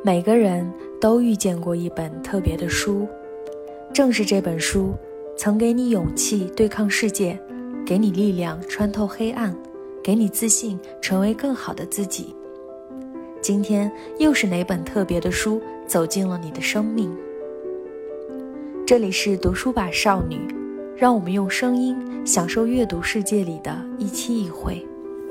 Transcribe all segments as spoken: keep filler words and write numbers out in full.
每个人都遇见过一本特别的书，正是这本书曾给你勇气对抗世界，给你力量穿透黑暗，给你自信成为更好的自己。今天又是哪本特别的书走进了你的生命？这里是读书吧少女，让我们用声音享受阅读世界里的一期一会。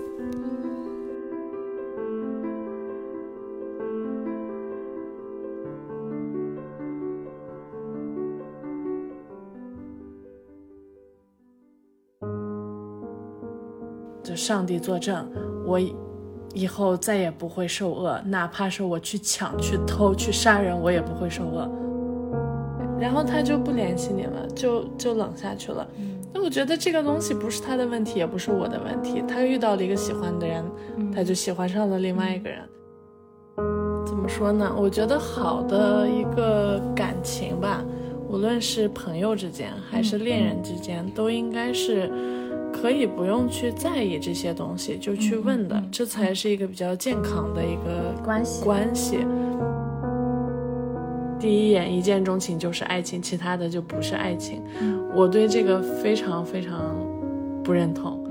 就上帝作证，我以后再也不会受饿，哪怕是我去抢去偷去杀人，我也不会受饿。然后他就不联系你了，就就冷下去了。那、嗯、我觉得这个东西不是他的问题，也不是我的问题。他遇到了一个喜欢的人、嗯、他就喜欢上了另外一个人。怎么说呢，我觉得好的一个感情吧，无论是朋友之间还是恋人之间、嗯、都应该是可以不用去在意这些东西就去问的、嗯嗯、这才是一个比较健康的一个关系关系。第一眼一见钟情就是爱情，其他的就不是爱情、嗯、我对这个非常非常不认同、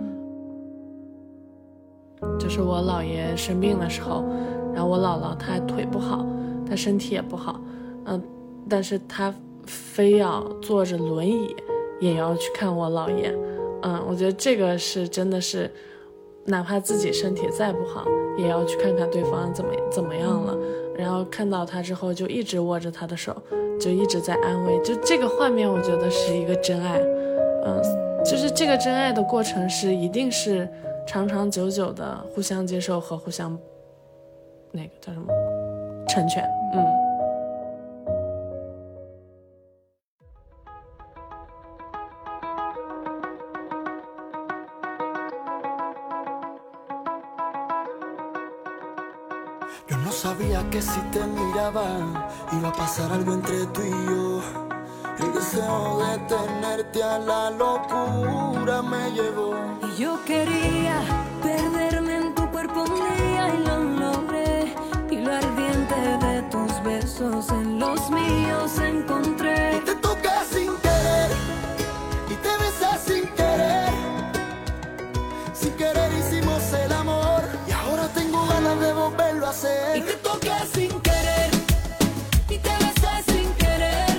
嗯、就是我姥爷生病的时候，然后我姥姥她腿不好，她身体也不好，嗯、呃，但是她非要坐着轮椅也要去看我姥爷。嗯，我觉得这个是真的是哪怕自己身体再不好也要去看看对方怎么怎么样了，然后看到他之后就一直握着他的手，就一直在安慰，就这个画面我觉得是一个真爱。嗯，就是这个真爱的过程是一定是长长久久的互相接受和互相那个叫什么成全。嗯 Yo no sabía que si te miraba iba a pasar algo entre tú y yo. El deseo de tenerte a la locura me llevó. Y yo quería perderme en tu cuerpo un día y lo logré. Y lo ardiente de tus besos en los míos encontré. Y te toqué sin querer y te besé sin querer. Sin querer hicimos el amor y ahora tengo ganas de volverlo a hacer. Y te toqué sin querer y te besé sin querer.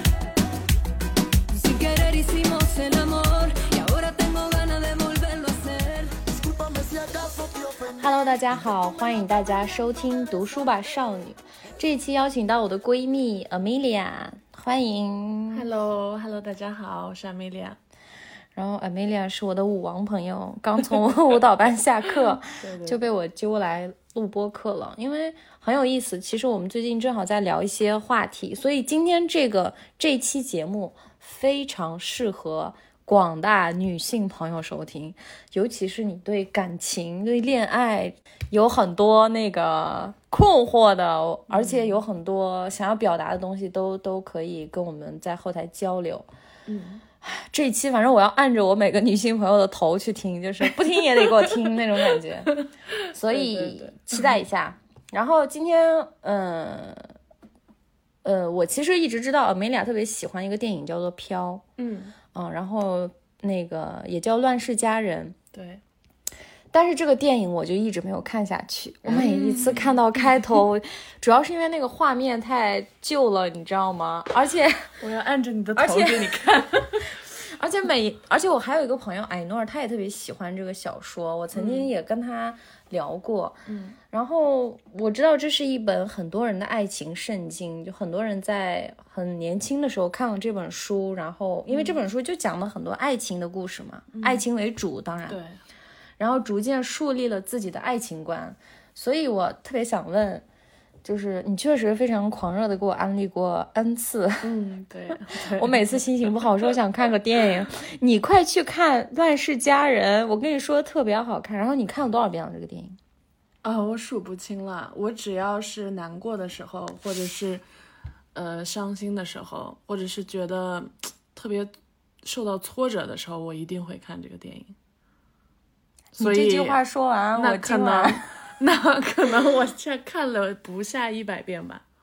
Sin querer hicimos el amor y ahora tengo ganas de volverlo a hacer. Discúlpame si acaso te ofendí. Hello， 大家好，欢迎大家收听读书吧少女。这一期邀请到我的闺蜜 Amelia， 欢迎。 Hello Hello， 大家好，我是 Amelia。 然后 Amelia 是我的舞王朋友，刚从舞蹈班下课对对对， 就被我揪来录播课了，因为很有意思。其实我们最近正好在聊一些话题，所以今天这个这一期节目非常适合广大女性朋友收听，尤其是你对感情对恋爱有很多那个困惑的，而且有很多想要表达的东西都都可以跟我们在后台交流。 嗯， 这一期反正我要按着我每个女性朋友的头去听，就是不听也得给我听那种感觉，所以期待一下。然后今天嗯呃我其实一直知道Amelia特别喜欢一个电影叫做飘， 嗯嗯，然后那个也叫乱世佳人， 对， 但是这个电影我就一直没有看下去。我每一次看到开头、嗯、主要是因为那个画面太旧了，你知道吗？而且我要按着你的头给你看。 而且每而且我还有一个朋友艾诺尔，他也特别喜欢这个小说，我曾经也跟他聊过。 嗯， 然后我知道这是一本很多人的爱情圣经，就很多人在很年轻的时候看了这本书，然后因为这本书就讲了很多爱情的故事嘛、嗯、爱情为主当然， 对， 然后逐渐树立了自己的爱情观。所以我特别想问，就是你确实非常狂热的给我安利过 N 次， 嗯，对，对我每次心情不好说想看个电影，你快去看《乱世佳人》，我跟你说特别好看。然后你看了多少遍了这个电影？ 啊、哦，我数不清了。我只要是难过的时候，或者是呃伤心的时候，或者是觉得特别受到挫折的时候，我一定会看这个电影。所以你这句话说完，我那可能那可能我这看了不下一百遍吧。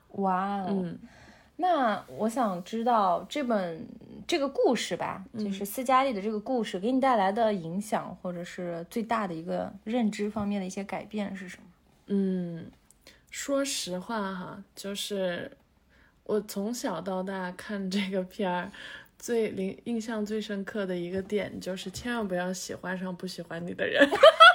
哇哦， 嗯， 那我想知道这本这个故事吧，就是斯嘉丽的这个故事给你带来的影响，或者是最大的一个认知方面的一些改变是什么？ 嗯，说实话哈，就是我从小到大看这个片儿，最印印象最深刻的一个点就是千万不要喜欢上不喜欢你的人。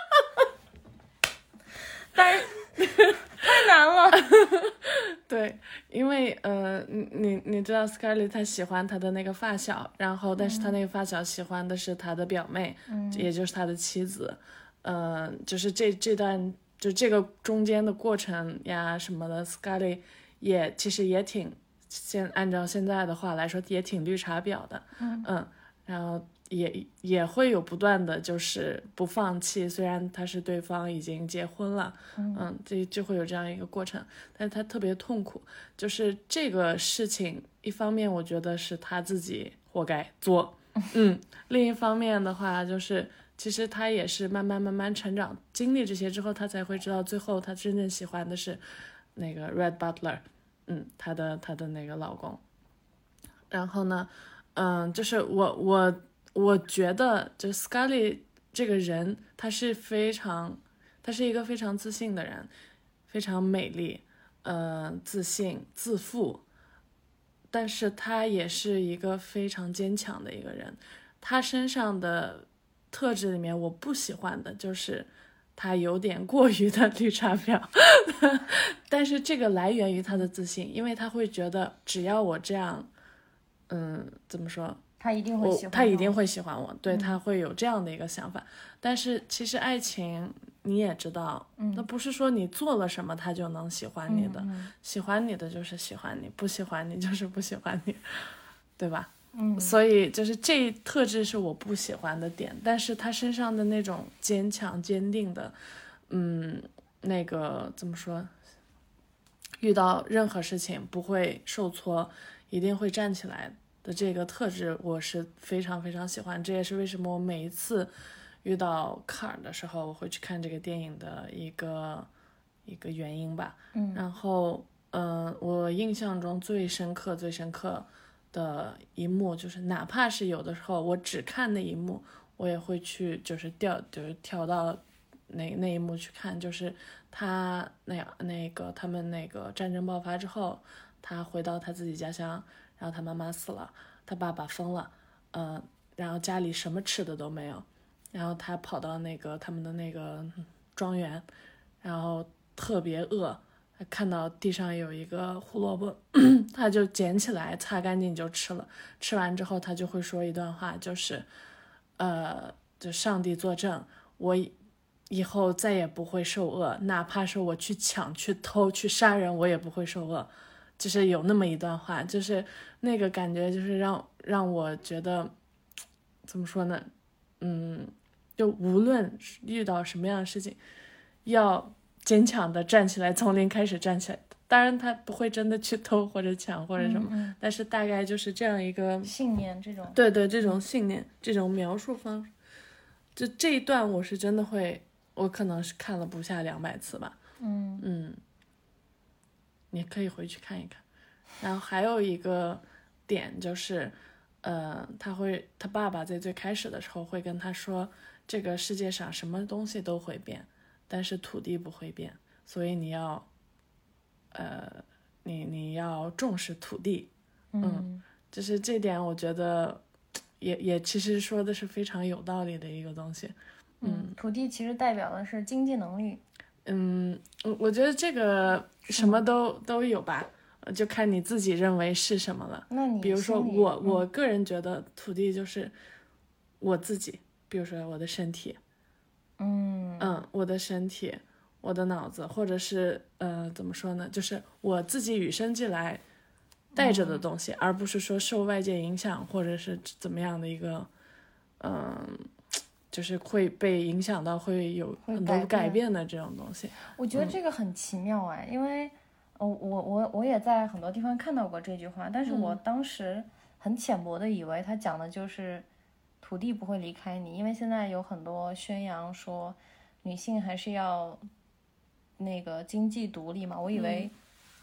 但是太难了。 对，因为呃，你你你知道 Scarlett 她喜欢她的那个发小，然后但是她那个发小喜欢的是她的表妹， 嗯也就是她的妻子，呃，就是这这段就这个中间的过程呀什么的 ，Scarlett 也其实也挺现按照现在的话来说也挺绿茶婊的， 嗯嗯，然后也也会有不断的就是不放弃，虽然他是对方已经结婚了， 嗯嗯，这就会有这样一个过程，但是他特别痛苦，就是这个事情，一方面我觉得是他自己活该做，嗯，另一方面的话就是其实他也是慢慢慢慢成长，经历这些之后，他才会知道最后他真正喜欢的是那个 Red Butler， 嗯，他的他的那个老公，然后呢，嗯，就是我我我觉得就 Scarlett 这个人，他是非常，他是一个非常自信的人，非常美丽，呃，自信、自负，但是他也是一个非常坚强的一个人。他身上的特质里面，我不喜欢的就是他有点过于的绿茶婊，但是这个来源于他的自信，因为他会觉得只要我这样，嗯，怎么说？ 他一定会喜欢我， 他一定会喜欢我，对、 嗯、 他会有这样的一个想法。但是其实爱情你也知道、嗯、那不是说你做了什么他就能喜欢你的、 嗯嗯、 喜欢你的就是喜欢你，不喜欢你就是不喜欢你，对吧？ 嗯， 所以就是这特质是我不喜欢的点，但是他身上的那种坚强坚定的，嗯，那个怎么说，遇到任何事情不会受挫，一定会站起来的这个特质，我是非常非常喜欢。这也是为什么我每一次遇到坎儿的时候，我会去看这个电影的一个一个原因吧。 嗯， 然后，嗯、呃，我印象中最深刻、最深刻的一幕，就是哪怕是有的时候我只看那一幕，我也会去就是调就是跳到那那一幕去看，就是他那那个他们那个战争爆发之后，他回到他自己家乡。然后他妈妈死了，他爸爸疯了，嗯、呃，然后家里什么吃的都没有，然后他跑到那个他们的那个庄园，然后特别饿，他看到地上有一个胡萝卜，他就捡起来擦干净就吃了，吃完之后他就会说一段话，就是呃，就上帝作证，我以后再也不会受饿，哪怕是我去抢去偷去杀人，我也不会受饿。就是有那么一段话，就是那个感觉，就是让让我觉得，怎么说呢？嗯，就无论遇到什么样的事情，要坚强的站起来，从零开始站起来。当然，他不会真的去偷或者抢或者什么， 嗯嗯、 但是大概就是这样一个信念，这种对对，这种信念，这种描述方式，就这一段我是真的会，我可能是看了不下两百次吧。 嗯嗯。你可以回去看一看，然后还有一个点就是，呃，他会，他爸爸在最开始的时候会跟他说，这个世界上什么东西都会变，但是土地不会变，所以你要，呃，你你要重视土地，嗯，嗯就是这点我觉得也也其实说的是非常有道理的一个东西，嗯， 嗯土地其实代表的是经济能力。 嗯，我觉得这个什么都都有吧，就看你自己认为是什么了。 那你比如说我， 嗯、 我个人觉得土地就是我自己，比如说我的身体， 嗯嗯，我的身体，我的脑子，或者是呃，怎么说呢，就是我自己与生俱来带着的东西，嗯、而不是说受外界影响或者是怎么样的一个，嗯、呃。就是会被影响到，会有很多改变的这种东西。 我觉得这个很奇妙哎，嗯、因为，呃，我我我也在很多地方看到过这句话，但是我当时很浅薄的以为他讲的就是土地不会离开你，因为现在有很多宣扬说女性还是要那个经济独立嘛，我以为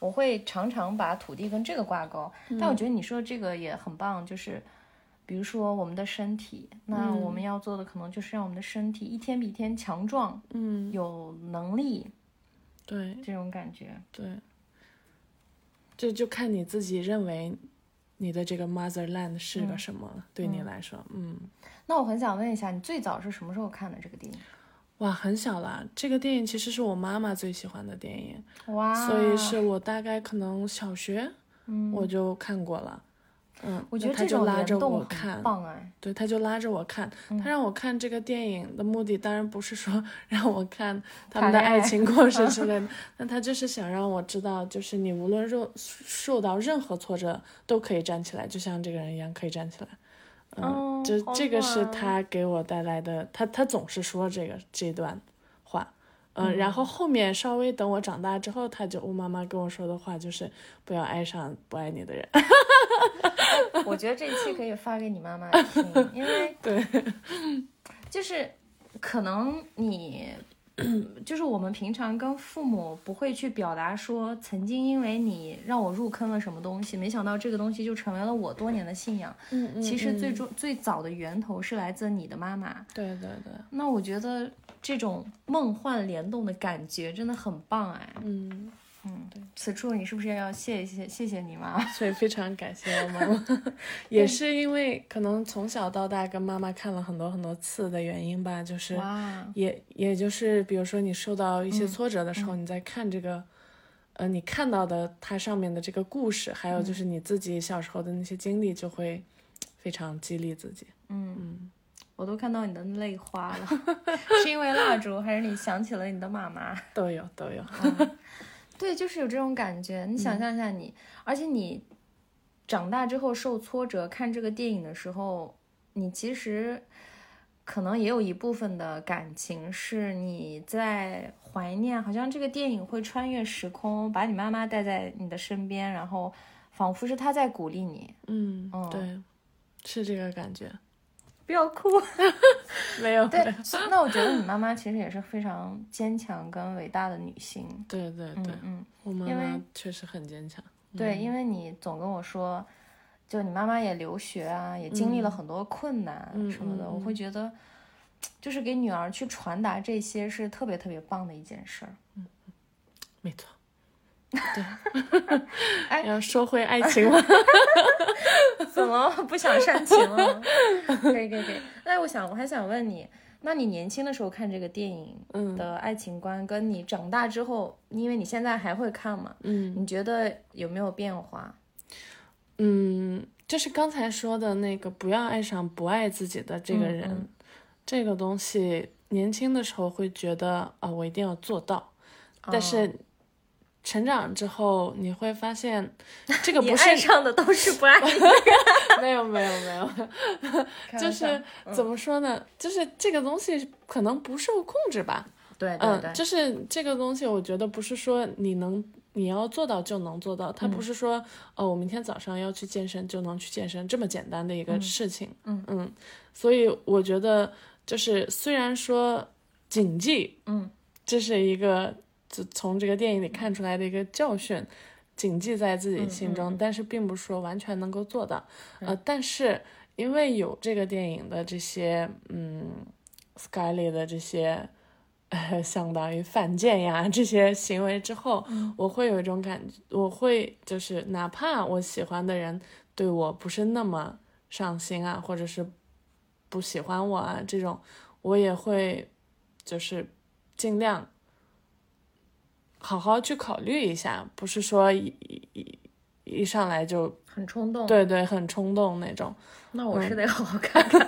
我会常常把土地跟这个挂钩。 嗯、 但我觉得你说这个也很棒，就是比如说我们的身体，那我们要做的可能就是让我们的身体一天比一天强壮， 嗯， 有能力， 对， 这种感觉。 对，这就看你自己认为你的这个 motherland 是个什么了、嗯、对你来说。嗯， 那我很想问一下，你最早是什么时候看的这个电影？ 哇，很小啦，这个电影其实是我妈妈最喜欢的电影。 哇， 所以是我大概可能小学嗯我就看过了。嗯， 我觉得他就拉着我看，很棒哎。 对，他就拉着我看、嗯、他让我看这个电影的目的当然不是说让我看他们的爱情故事之类的，但他就是想让我知道，就是你无论受受到任何挫折都可以站起来，就像这个人一样可以站起来。嗯， 哦、 就这个是他给我带来的，他他总是说这个这段话。嗯, 嗯，然后后面稍微等我长大之后，他就我妈妈跟我说的话就是不要爱上不爱你的人。 我觉得这一期可以发给你妈妈听，因为对， 就是可能你就是我们平常跟父母不会去表达说，曾经因为你让我入坑了什么东西，没想到这个东西就成为了我多年的信仰。 嗯嗯， 其实最终最早的源头是来自你的妈妈。 对对对。 那我觉得这种梦幻联动的感觉真的很棒哎。 嗯嗯，对。此处你是不是要谢谢谢谢你妈？ 所以非常感谢我妈妈，也是因为可能从小到大跟妈妈看了很多很多次的原因吧，就是也也就是比如说你受到一些挫折的时候，嗯、你在看这个，呃，你看到的它上面的这个故事，还有就是你自己小时候的那些经历，就会非常激励自己。 嗯嗯。我都看到你的泪花了，是因为蜡烛，还是你想起了你的妈妈？ 都有，都有。 嗯、对，就是有这种感觉。你想象一下你，你、嗯、而且你长大之后受挫折，看这个电影的时候，你其实可能也有一部分的感情是你在怀念，好像这个电影会穿越时空，把你妈妈带在你的身边，然后仿佛是她在鼓励你。 嗯，嗯对，是这个感觉。 不要哭。 没有。 对，那我觉得你妈妈其实也是非常坚强跟伟大的女性。 对对对， 嗯嗯， 我妈妈确实很坚强。 对，因为你总跟我说，就你妈妈也留学啊，也经历了很多困难什么的，嗯、我会觉得，就是给女儿去传达这些是特别特别棒的一件事儿。 嗯，没错。对，哎，要说回爱情了。 怎么不想煽情了？可以可以可以。那我想我还想问你，那你年轻的时候看这个电影的爱情观，跟你长大之后，因为你现在还会看嘛， 嗯， 你觉得有没有变化？ 嗯，就是刚才说的那个不要爱上不爱自己的这个人，嗯嗯、这个东西，年轻的时候会觉得啊、哦，我一定要做到，但是。哦成长之后你会发现这个不是你爱上的都是不爱你的人。 没有没有没有就是怎么说呢、嗯、就是这个东西可能不受控制吧。 对对对、 嗯、就是这个东西我觉得不是说你能你要做到就能做到，它不是说、嗯、哦我明天早上要去健身就能去健身这么简单的一个事情。 嗯嗯, 嗯所以我觉得就是虽然说谨记， 嗯， 这是一个就从这个电影里看出来的一个教训，谨记在自己心中、 嗯嗯、 但是并不是说完全能够做到、 嗯、 呃，但是因为有这个电影的这些嗯 Skyly 的这些呃相当于犯贱呀这些行为之后、嗯、我会有一种感觉，我会就是哪怕我喜欢的人对我不是那么上心啊，或者是不喜欢我啊这种，我也会就是尽量好好去考虑一下，不是说一一一上来就很冲动， 对对，很冲动那种。 那我是得好好看看。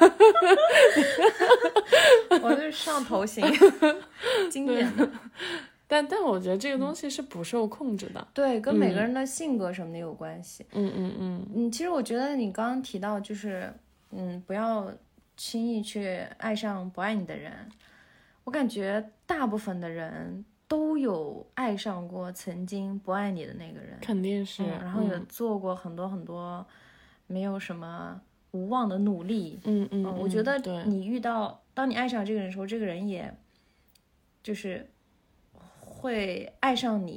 嗯、我是上头型，经典的。 但但我觉得这个东西是不受控制的， 嗯、对，跟每个人的性格什么的有关系。 嗯嗯嗯嗯，其实我觉得你刚刚提到就是，嗯，不要轻易去爱上不爱你的人。我感觉大部分的人都有爱上过曾经不爱你的那个人， 肯定是、 嗯、然后也做过很多很多没有什么无望的努力。 嗯嗯, 嗯，我觉得你遇到当你爱上这个人的时候，这个人也就是会爱上你，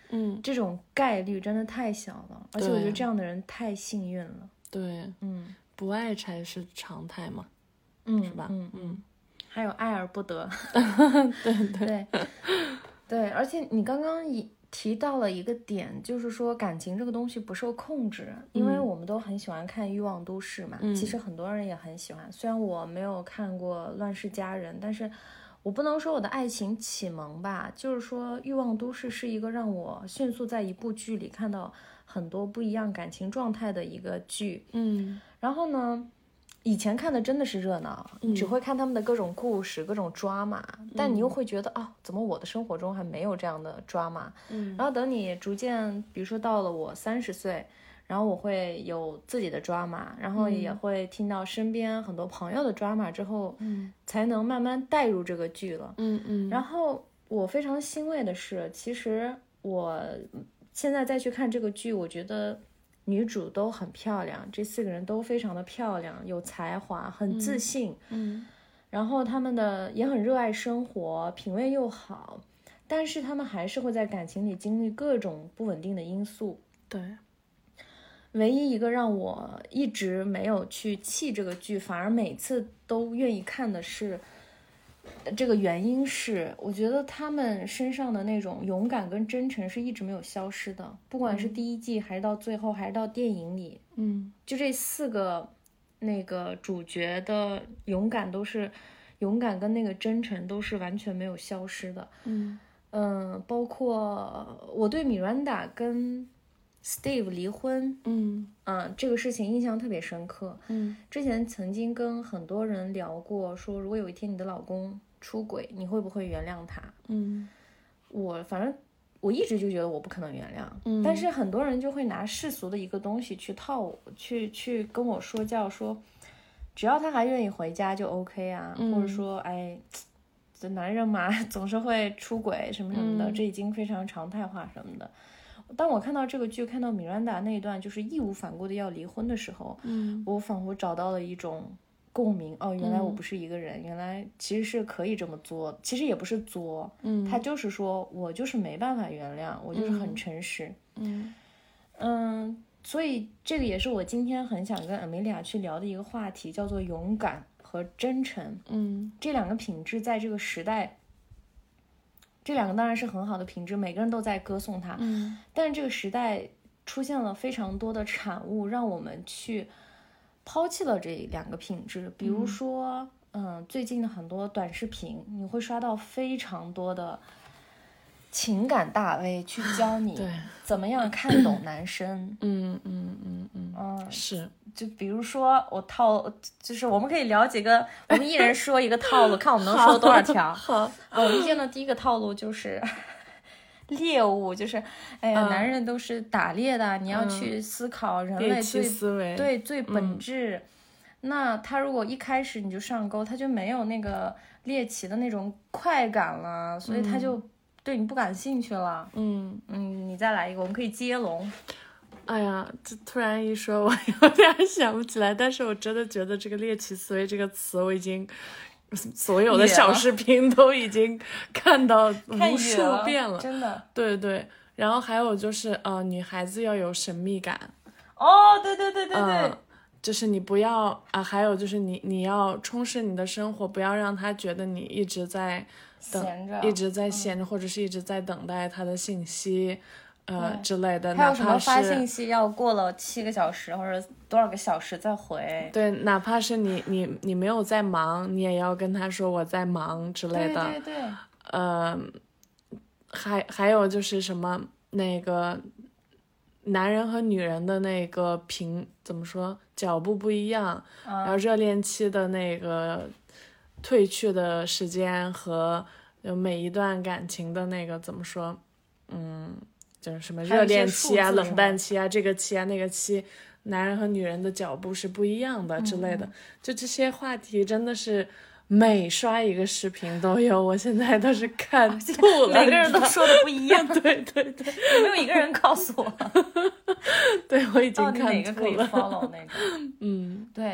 嗯， 这种概率真的太小了，而且我觉得这样的人太幸运了。 对， 嗯， 不爱才是常态嘛， 嗯， 是吧？ 嗯嗯， 还有爱而不得。 对对对对，而且你刚刚一提到了一个点，就是说感情这个东西不受控制，因为我们都很喜欢看《欲望都市》嘛， 嗯其实很多人也很喜欢。虽然我没有看过《乱世佳人》，但是我不能说我的爱情启蒙吧，就是说《欲望都市》是一个让我迅速在一部剧里看到很多不一样感情状态的一个剧。 嗯然后呢，以前看的真的是热闹， 嗯只会看他们的各种故事、各种 drama，但你又会觉得啊、哦，怎么我的生活中还没有这样的 drama？ 嗯， 然后等你逐渐，比如说到了我三十岁，然后我会有自己的 drama，然后也会听到身边很多朋友的 drama 之后， 嗯， 才能慢慢带入这个剧了。 嗯嗯， 然后我非常欣慰的是，其实我现在再去看这个剧，我觉得女主都很漂亮，这四个人都非常的漂亮，有才华，很自信， 嗯， 然后他们的也很热爱生活，品味又好，但是他们还是会在感情里经历各种不稳定的因素。 对， 唯一一个让我一直没有去弃这个剧，反而每次都愿意看的是，这个原因是我觉得他们身上的那种勇敢跟真诚是一直没有消失的，不管是第一季还是到最后还是到电影里， 嗯， 就这四个那个主角的勇敢都是勇敢跟那个真诚都是完全没有消失的。 嗯嗯，包括我对米兰达跟 Steve 离婚， 嗯嗯，这个事情印象特别深刻。 嗯之前曾经跟很多人聊过，说如果有一天你的老公出轨，你会不会原谅他？ 嗯， 我反正我一直就觉得我不可能原谅，嗯，但是很多人就会拿世俗的一个东西去套我，去去跟我说教，说只要他还愿意回家就 OK 啊， 嗯、 或者说哎，这男人嘛总是会出轨什么什么的， 嗯、 这已经非常常态化什么的。当我看到这个剧，看到米兰达那一段就是义无反顾的要离婚的时候， 嗯， 我仿佛找到了一种共鸣。哦，原来我不是一个人，嗯、原来其实是可以这么做，其实也不是作， 嗯， 他就是说我就是没办法原谅，我就是很诚实， 嗯嗯，所以这个也是我今天很想跟 Amelia 去聊的一个话题，叫做勇敢和真诚。 嗯， 这两个品质在这个时代。这两个当然是很好的品质，每个人都在歌颂它。 嗯， 但是这个时代出现了非常多的产物，让我们去抛弃了这两个品质。比如说，嗯、呃，最近的很多短视频，你会刷到非常多的情感大 V 去教你怎么样看懂男生。 嗯嗯嗯嗯嗯， 是。 就比如说我套，就是我们可以聊几个，我们一人说一个套路，看我们能说多少条。 好， 我遇见的第一个套路就是猎物，就是哎呀、 嗯， 男人都是打猎的，你要去思考人类最思维对最本质。嗯、那他如果一开始你就上钩，他就没有那个猎奇的那种快感了，所以他就对你不感兴趣了。 嗯嗯，你再来一个，我们可以接龙。 哎呀，这突然一说，我有点想不起来。但是我真的觉得这个猎奇思维这个词，我已经所有的小视频都已经看到无数遍了， 真的。 对对，然后还有就是呃，女孩子要有神秘感。 哦，对对对对对。 呃、就是你不要啊、呃，还有就是你你要充实你的生活，不要让他觉得你一直在等， 闲着一直在闲着、嗯，或者是一直在等待他的信息。呃之类的， 还有什么发信息要过了七个小时或者多少个小时再回？ 对，哪怕是你你你没有在忙，你也要跟他说我在忙之类的。 对对对。 呃，还还有就是什么那个男人和女人的那个平怎么说脚步不一样， 嗯、 然后热恋期的那个褪去的时间和每一段感情的那个怎么说，嗯。就是什么热恋期啊、冷淡期啊、这个期啊、那个期，男人和女人的脚步是不一样的之类的。 嗯、 就这些话题真的是每刷一个视频都有，我现在都是看吐了。 每个人都说的不一样。 对对对， 有没有一个人告诉我？ 对，我已经看吐了。 到底哪个可以 follow 那个？ 嗯， 对。但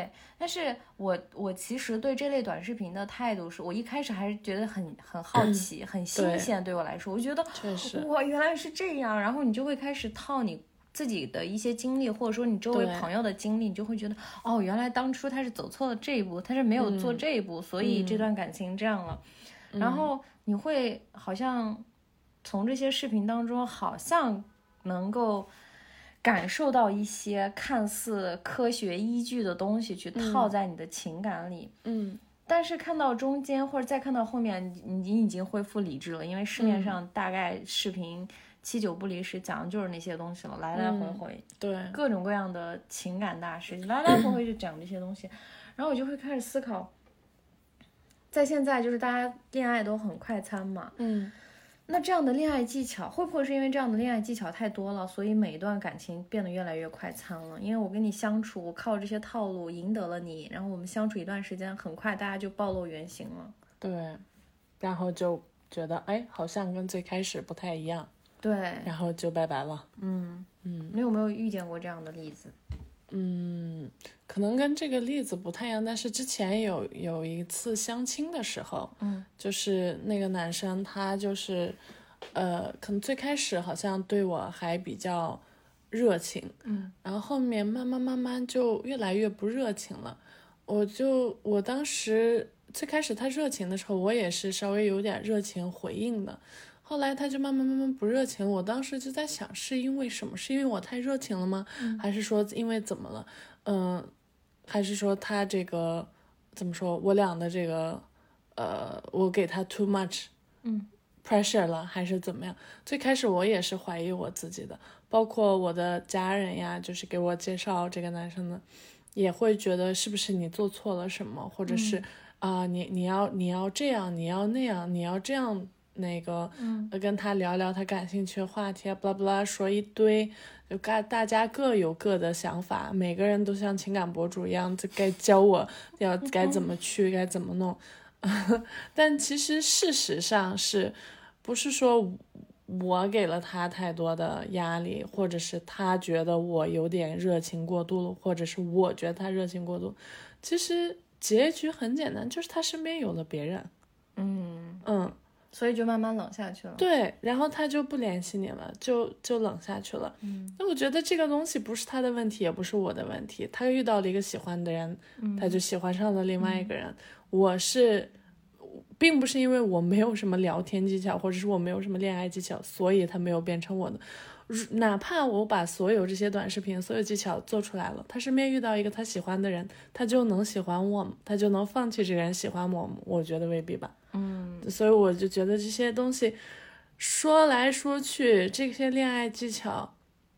但是我我其实对这类短视频的态度是，我一开始还是觉得很很好奇、嗯、很新鲜，对我来说，我觉得确实哇原来是这样，然后你就会开始套你自己的一些经历，或者说你周围朋友的经历，你就会觉得哦，原来当初他是走错了这一步，他是没有做这一步，嗯、所以这段感情这样了。嗯、然后你会好像从这些视频当中，好像能够感受到一些看似科学依据的东西，去套在你的情感里。 嗯， 但是看到中间或者再看到后面，你你已经恢复理智了，因为市面上大概视频。七九不离十讲的就是那些东西了，来来回回、 嗯、对各种各样的情感大师来来回回就讲这些东西，然后我就会开始思考，在现在就是大家恋爱都很快餐嘛， 嗯， 那这样的恋爱技巧会不会是因为这样的恋爱技巧太多了，所以每一段感情变得越来越快餐了？因为我跟你相处，我靠这些套路赢得了你，然后我们相处一段时间，很快大家就暴露原形了， 对，然后就觉得哎，好像跟最开始不太一样。 对， 然后就拜拜了。 嗯嗯，你有没有遇见过这样的例子？ 嗯，可能跟这个例子不太一样，但是之前有有一次相亲的时候， 嗯， 就是那个男生他就是，呃，可能最开始好像对我还比较热情， 嗯， 然后后面慢慢慢慢就越来越不热情了。我就我当时最开始他热情的时候，我也是稍微有点热情回应的。后来他就慢慢慢慢不热情，我当时就在想，是因为什么？是因为我太热情了吗？ 嗯、 还是说因为怎么了？嗯、呃，还是说他这个怎么说？我俩的这个呃，我给他 too much 嗯 pressure 了，还是怎么样？最开始我也是怀疑我自己的，包括我的家人呀，就是给我介绍这个男生的，也会觉得是不是你做错了什么，或者是啊、 嗯呃，你你要你要这样，你要那样，你要这样。那个， 嗯， 跟他聊聊他感兴趣的话题，巴拉巴拉说一堆，就大大家各有各的想法，每个人都像情感博主一样，就该教我要该怎么去，该怎么弄。但其实事实上是，不是说我给了他太多的压力，或者是他觉得我有点热情过度了，或者是我觉得他热情过度。其实结局很简单，就是他身边有了别人。 嗯嗯。 所以就慢慢冷下去了。 对，然后他就不联系你了，就就冷下去了。 嗯， 那我觉得这个东西不是他的问题，也不是我的问题。他遇到了一个喜欢的人， 嗯、 他就喜欢上了另外一个人。嗯、我是，并不是因为我没有什么聊天技巧，或者是我没有什么恋爱技巧，所以他没有变成我的。哪怕我把所有这些短视频、所有技巧做出来了，他身边遇到一个他喜欢的人，他就能喜欢我吗？他就能放弃这个人喜欢我吗？我觉得未必吧。 嗯， 所以我就觉得这些东西说来说去，这些恋爱技巧，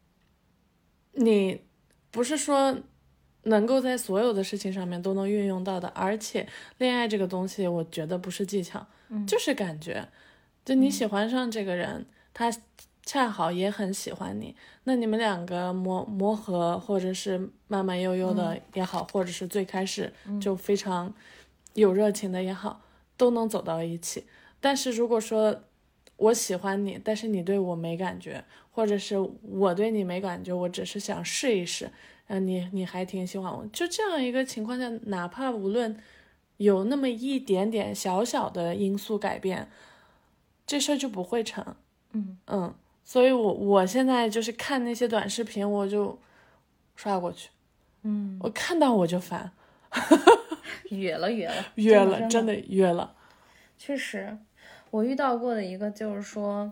你不是说能够在所有的事情上面都能运用到的，而且恋爱这个东西，我觉得不是技巧， 嗯、 就是感觉。就你喜欢上这个人，嗯、他恰好也很喜欢你，那你们两个磨磨合，或者是慢慢悠悠的也好，嗯、或者是最开始就非常有热情的也好。都能走到一起。但是如果说我喜欢你，但是你对我没感觉，或者是我对你没感觉，我只是想试一试，然后你你还挺喜欢我，就这样一个情况下，哪怕无论有那么一点点小小的因素改变，这事儿就不会成。 嗯嗯，所以我我现在就是看那些短视频，我就刷过去。 嗯， 我看到我就烦。 约了约了约了，真的约了。 确实，我遇到过的一个就是说，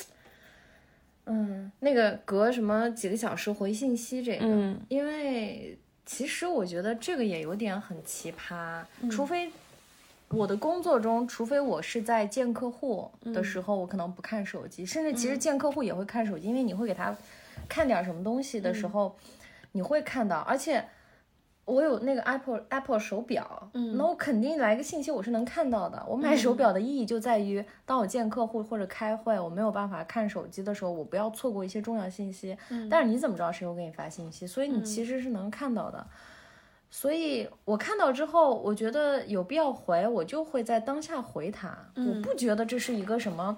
嗯，那个隔什么几个小时回信息这个， 嗯， 因为其实我觉得这个也有点很奇葩， 嗯、 除非我的工作中，除非我是在见客户的时候，嗯、我可能不看手机，甚至其实见客户也会看手机，嗯、因为你会给他看点什么东西的时候，嗯、你会看到，而且。我有那个 Apple Apple 手表， 嗯， 那我肯定来个信息我是能看到的。我买手表的意义就在于，当我见客户或者开会，我没有办法看手机的时候，我不要错过一些重要信息。 嗯， 但是你怎么知道谁会给你发信息？所以你其实是能看到的。嗯、所以我看到之后，我觉得有必要回，我就会在当下回他。 嗯、 我不觉得这是一个什么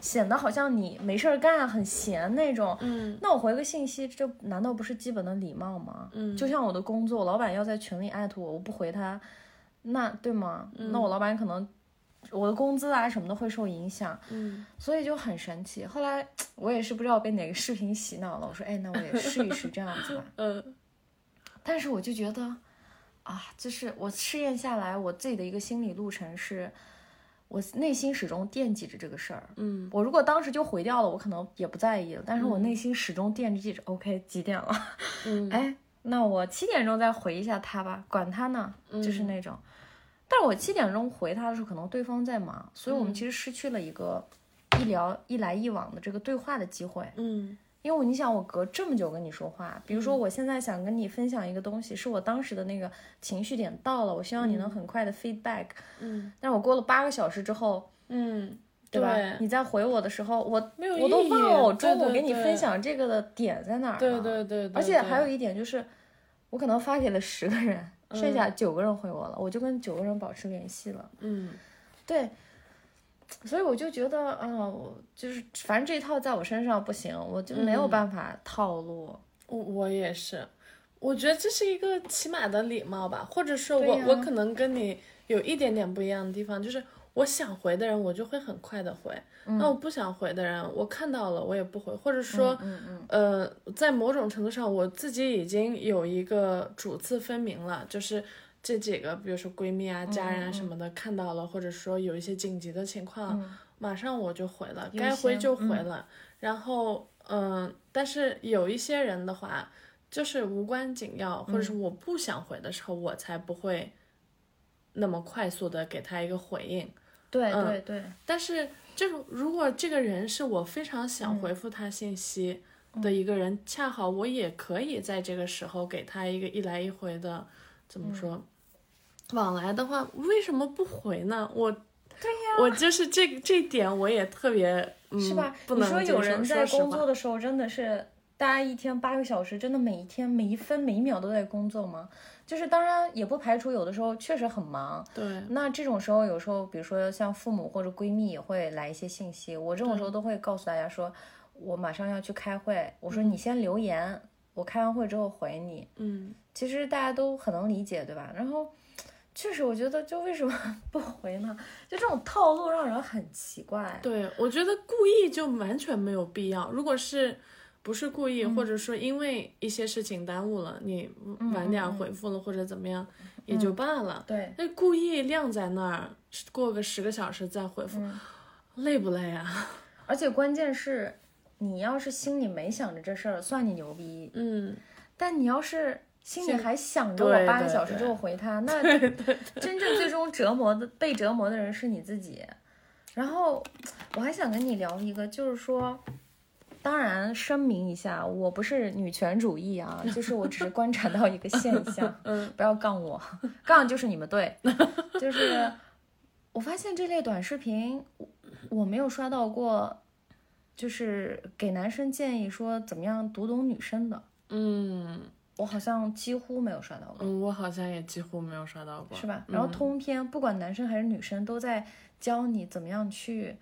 显得好像你没事儿干很闲那种。 嗯， 那我回个信息，这难道不是基本的礼貌吗？ 嗯， 就像我的工作，老板要在群里艾特我，我不回他，那对吗？嗯、那我老板可能我的工资啊什么的会受影响。 嗯， 所以就很神奇。后来我也是不知道被哪个视频洗脑了，我说哎，那我也试一试这样子吧。 嗯， 但是我就觉得啊，就是我试验下来，我自己的一个心理路程是，我内心始终惦记着这个事儿。 嗯， 我如果当时就回掉了，我可能也不在意了，但是我内心始终惦记着、嗯、OK 几点了？ 嗯， 哎，那我七点钟再回一下他吧，管他呢，就是那种。但是我七点钟回他的时候，可能对方在忙，所以我们其实失去了一个一聊一来一往的这个对话的机会。 嗯， 因为你想，我隔这么久跟你说话，比如说我现在想跟你分享一个东西，是我当时的那个情绪点到了，我希望你能很快的 feedback。 嗯， 但是我过了八个小时之后， 嗯， 对吧？ 对你再回我的时候，我没有我都忘了我中午对对给你分享这个的点在哪儿了。 对对对对， 而且还有一点就是，我可能发给了十个人。剩下九个人回我了、嗯，我就跟九个人保持联系了。 嗯， 对，所以我就觉得啊、呃，就是反正这一套在我身上不行，我就没有办法套路。 我、嗯、我也是，我觉得这是一个起码的礼貌吧，或者说我、 啊、 我可能跟你有一点点不一样的地方，就是我想回的人我就会很快的回， 嗯、 那我不想回的人我看到了我也不回，或者说嗯嗯嗯、呃，在某种程度上我自己已经有一个主次分明了，就是这几个比如说闺蜜啊家人啊什么的、 嗯、 看到了，或者说有一些紧急的情况、 嗯、 马上我就回了，该回就回了、嗯、然后嗯、呃，但是有一些人的话就是无关紧要，或者是我不想回的时候、嗯、我才不会那么快速的给他一个回应。 对对对、 嗯、但是就是如果这个人是我非常想回复他信息的一个人、嗯、恰好我也可以在这个时候给他一个一来一回的怎么说、嗯、往来的话，为什么不回呢？我对呀， 我就是这这点我也特别、嗯、 是吧？ 不能接受。 你说有人在工作的时候真的是大家一天八个小时，真的每一天每一分每一秒都在工作吗？就是当然也不排除有的时候确实很忙， 对， 那这种时候有时候比如说像父母或者闺蜜也会来一些信息，我这种时候都会告诉大家说我马上要去开会，我说你先留言、嗯、我开完会之后回你。 嗯， 其实大家都很能理解，对吧？然后确实我觉得就为什么不回呢？就这种套路让人很奇怪。 对，我觉得故意就完全没有必要，如果是不是故意、嗯、或者说因为一些事情耽误了你晚点回复了、嗯、或者怎么样、嗯、也就罢了。 对， 那故意晾在那儿过个十个小时再回复、嗯、累不累啊？ 而且关键是你要是心里没想着这事儿算你牛逼， 嗯， 但你要是心里还想着我八个小时之后回他，那真正最终折磨的被折磨的人是你自己。然后我还想跟你聊一个，就是说当然声明一下，我不是女权主义啊，就是我只是观察到一个现象，嗯，不要杠我，杠就是你们对，就是我发现这类短视频我没有刷到过，就是给男生建议说怎么样读懂女生的， 嗯， 我好像几乎没有刷到过， 嗯，我好像也几乎没有刷到过， 是吧？然后通篇、嗯、不管男生还是女生都在教你怎么样去。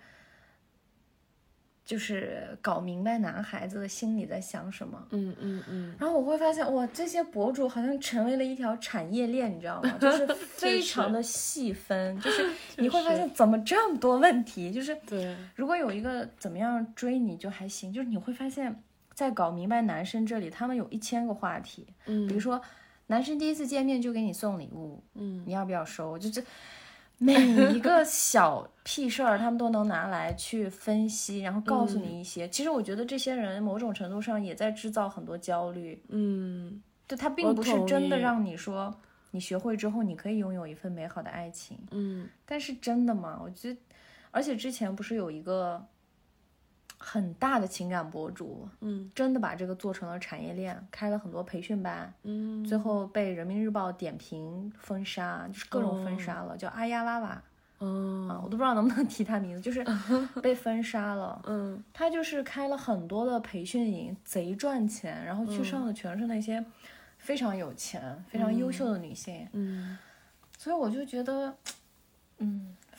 就是搞明白男孩子的心里在想什么， 嗯嗯嗯， 然后我会发现哇，这些博主好像成为了一条产业链，你知道吗？就是非常的细分，就是你会发现怎么这么多问题，就是对， 如果有一个怎么样追你就还行，就是你会发现在搞明白男生这里，他们有一千个话题， 嗯， 比如说男生第一次见面就给你送礼物， 嗯， 你要不要收？就这。每一个小屁事儿，他们都能拿来去分析，然后告诉你一些。嗯、其实我觉得这些人某种程度上也在制造很多焦虑。 嗯， 对，他并不是真的让你说你学会之后你可以拥有一份美好的爱情。 嗯， 但是真的吗？我觉得，而且之前不是有一个很大的情感博主， 嗯， 真的把这个做成了产业链，开了很多培训班， 嗯， 最后被人民日报点评封杀，就是各种封杀了，哦、叫阿丫娃娃， 哦、 啊，我都不知道能不能提他名字，就是被封杀了。 嗯， 他就是开了很多的培训营，贼赚钱，然后去上的全是那些非常有钱、嗯、非常优秀的女性， 嗯， 所以我就觉得，嗯。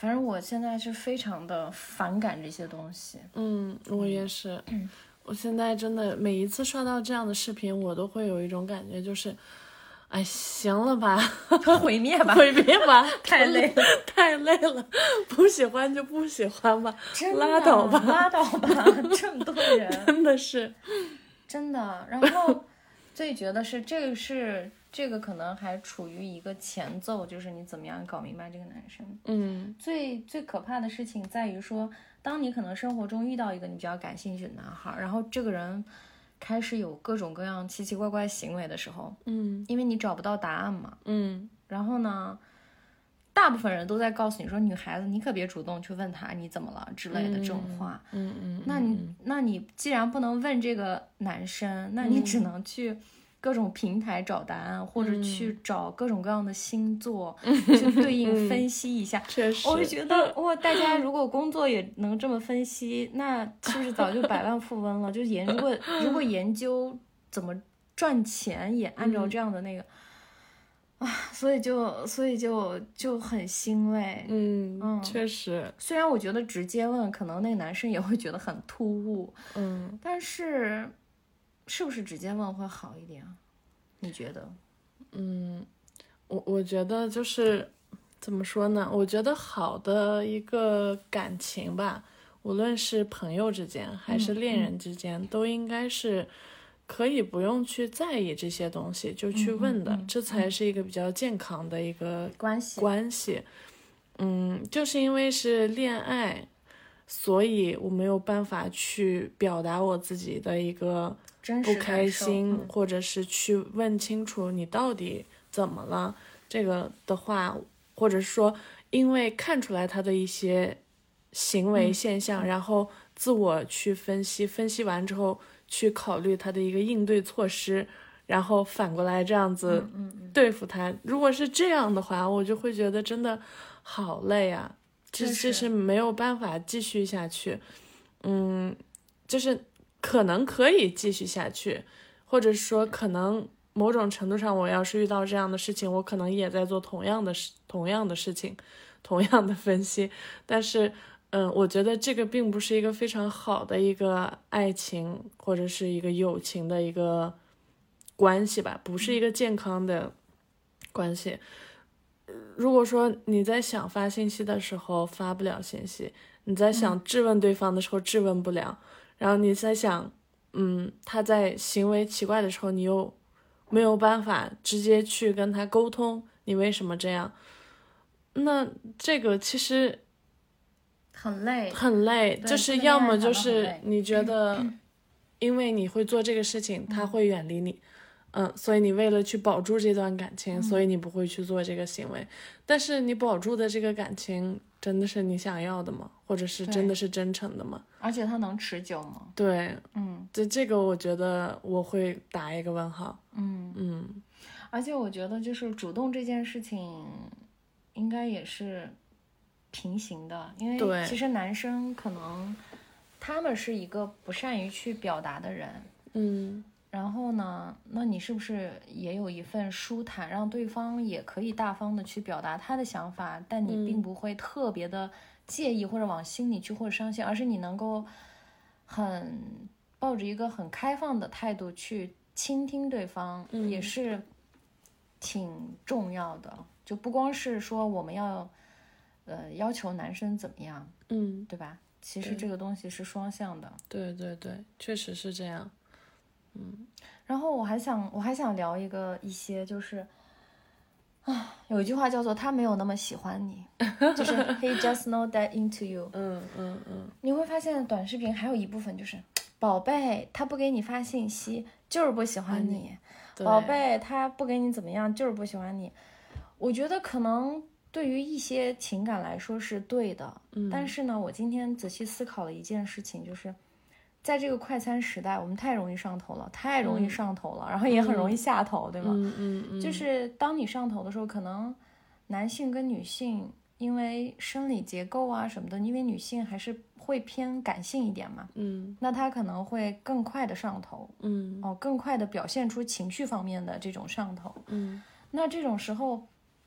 反正我现在是非常的反感这些东西。 嗯，我也是。嗯，我现在真的每一次刷到这样的视频，我都会有一种感觉，就是，哎，行了吧， 毁灭吧， 毁灭吧， 太累了， 太累了，不喜欢就不喜欢吧，拉倒吧， 拉倒吧，这么多人， 真的是， 真的。然后最觉得是这个是。这个可能还处于一个前奏，就是你怎么样搞明白这个男生。 嗯， 最最可怕的事情在于说，当你可能生活中遇到一个你比较感兴趣的男孩，然后这个人开始有各种各样奇奇怪怪行为的时候， 嗯， 因为你找不到答案嘛， 嗯， 然后呢，大部分人都在告诉你说，女孩子你可别主动去问他你怎么了之类的这种话。 嗯 嗯, 嗯, 嗯， 那你那你既然不能问这个男生，那你只能去。各种平台找答案，或者去找各种各样的星座、嗯、去对应分析一下。 确实， 我就觉得哇，大家如果工作也能这么分析，那是不是早就百万富翁了？就研如果如果研究怎么赚钱，也按照这样的那个、嗯、啊，所以就所以就就很欣慰。 嗯嗯，确实。 虽然我觉得直接问，可能那个男生也会觉得很突兀。 嗯， 但是。是不是直接问会好一点？你觉得？ 嗯，我我觉得就是怎么说呢？我觉得好的一个感情吧，无论是朋友之间还是恋人之间， 嗯、 都应该是可以不用去在意这些东西就去问的， 嗯嗯嗯、 这才是一个比较健康的一个关系。 关系，嗯，就是因为是恋爱，所以我没有办法去表达我自己的一个。不开心、 嗯、 或者是去问清楚你到底怎么了，这个的话，或者说因为看出来他的一些行为现象、 嗯、 然后自我去分析，分析完之后去考虑他的一个应对措施，然后反过来这样子对付他、 嗯嗯嗯、 如果是这样的话，我就会觉得真的好累啊，这这是没有办法继续下去。嗯，就是可能可以继续下去，或者说可能某种程度上我要是遇到这样的事情，我可能也在做同样的事同样的事情同样的分析，但是嗯，我觉得这个并不是一个非常好的一个爱情或者是一个友情的一个关系吧，不是一个健康的关系。如果说你在想发信息的时候发不了信息，你在想质问对方的时候质问不了、嗯然后你在想嗯，他在行为奇怪的时候你又没有办法直接去跟他沟通你为什么这样，那这个其实很累很累，就是要么就是你觉得因为你会做这个事情、嗯、他会远离你嗯，所以你为了去保住这段感情、嗯、所以你不会去做这个行为，但是你保住的这个感情真的是你想要的吗？或者是真的是真诚的吗？ 而且它能持久吗？ 对， 嗯， 这这个我觉得我会打一个问号。 嗯嗯， 而且我觉得就是主动这件事情应该也是平行的，因为其实男生可能他们是一个不善于去表达的人， 嗯， 然后呢，那你是不是也有一份舒坦，让对方也可以大方的去表达他的想法，但你并不会特别的介意或者往心里去或者伤心，而是你能够很抱着一个很开放的态度去倾听对方、嗯、也是挺重要的，就不光是说我们要呃要求男生怎么样， 嗯， 对吧？其实这个东西是双向的。 对对对，确实是这样。嗯， 然后我还想我还想聊一个一些就是啊，有一句话叫做他没有那么喜欢你，就是 he just not that into you。 嗯嗯嗯， 你会发现短视频还有一部分就是宝贝他不给你发信息就是不喜欢你、嗯、宝贝他不给你怎么样就是不喜欢你。我觉得可能对于一些情感来说是对的、嗯、但是呢我今天仔细思考了一件事情，就是在这个快餐时代我们太容易上头了太容易上头了、嗯、然后也很容易下头、嗯、对吗？ 嗯嗯嗯， 就是当你上头的时候，可能男性跟女性因为生理结构啊什么的，因为女性还是会偏感性一点嘛， 嗯， 那她可能会更快的上头， 嗯， 哦，更快的表现出情绪方面的这种上头， 嗯， 那这种时候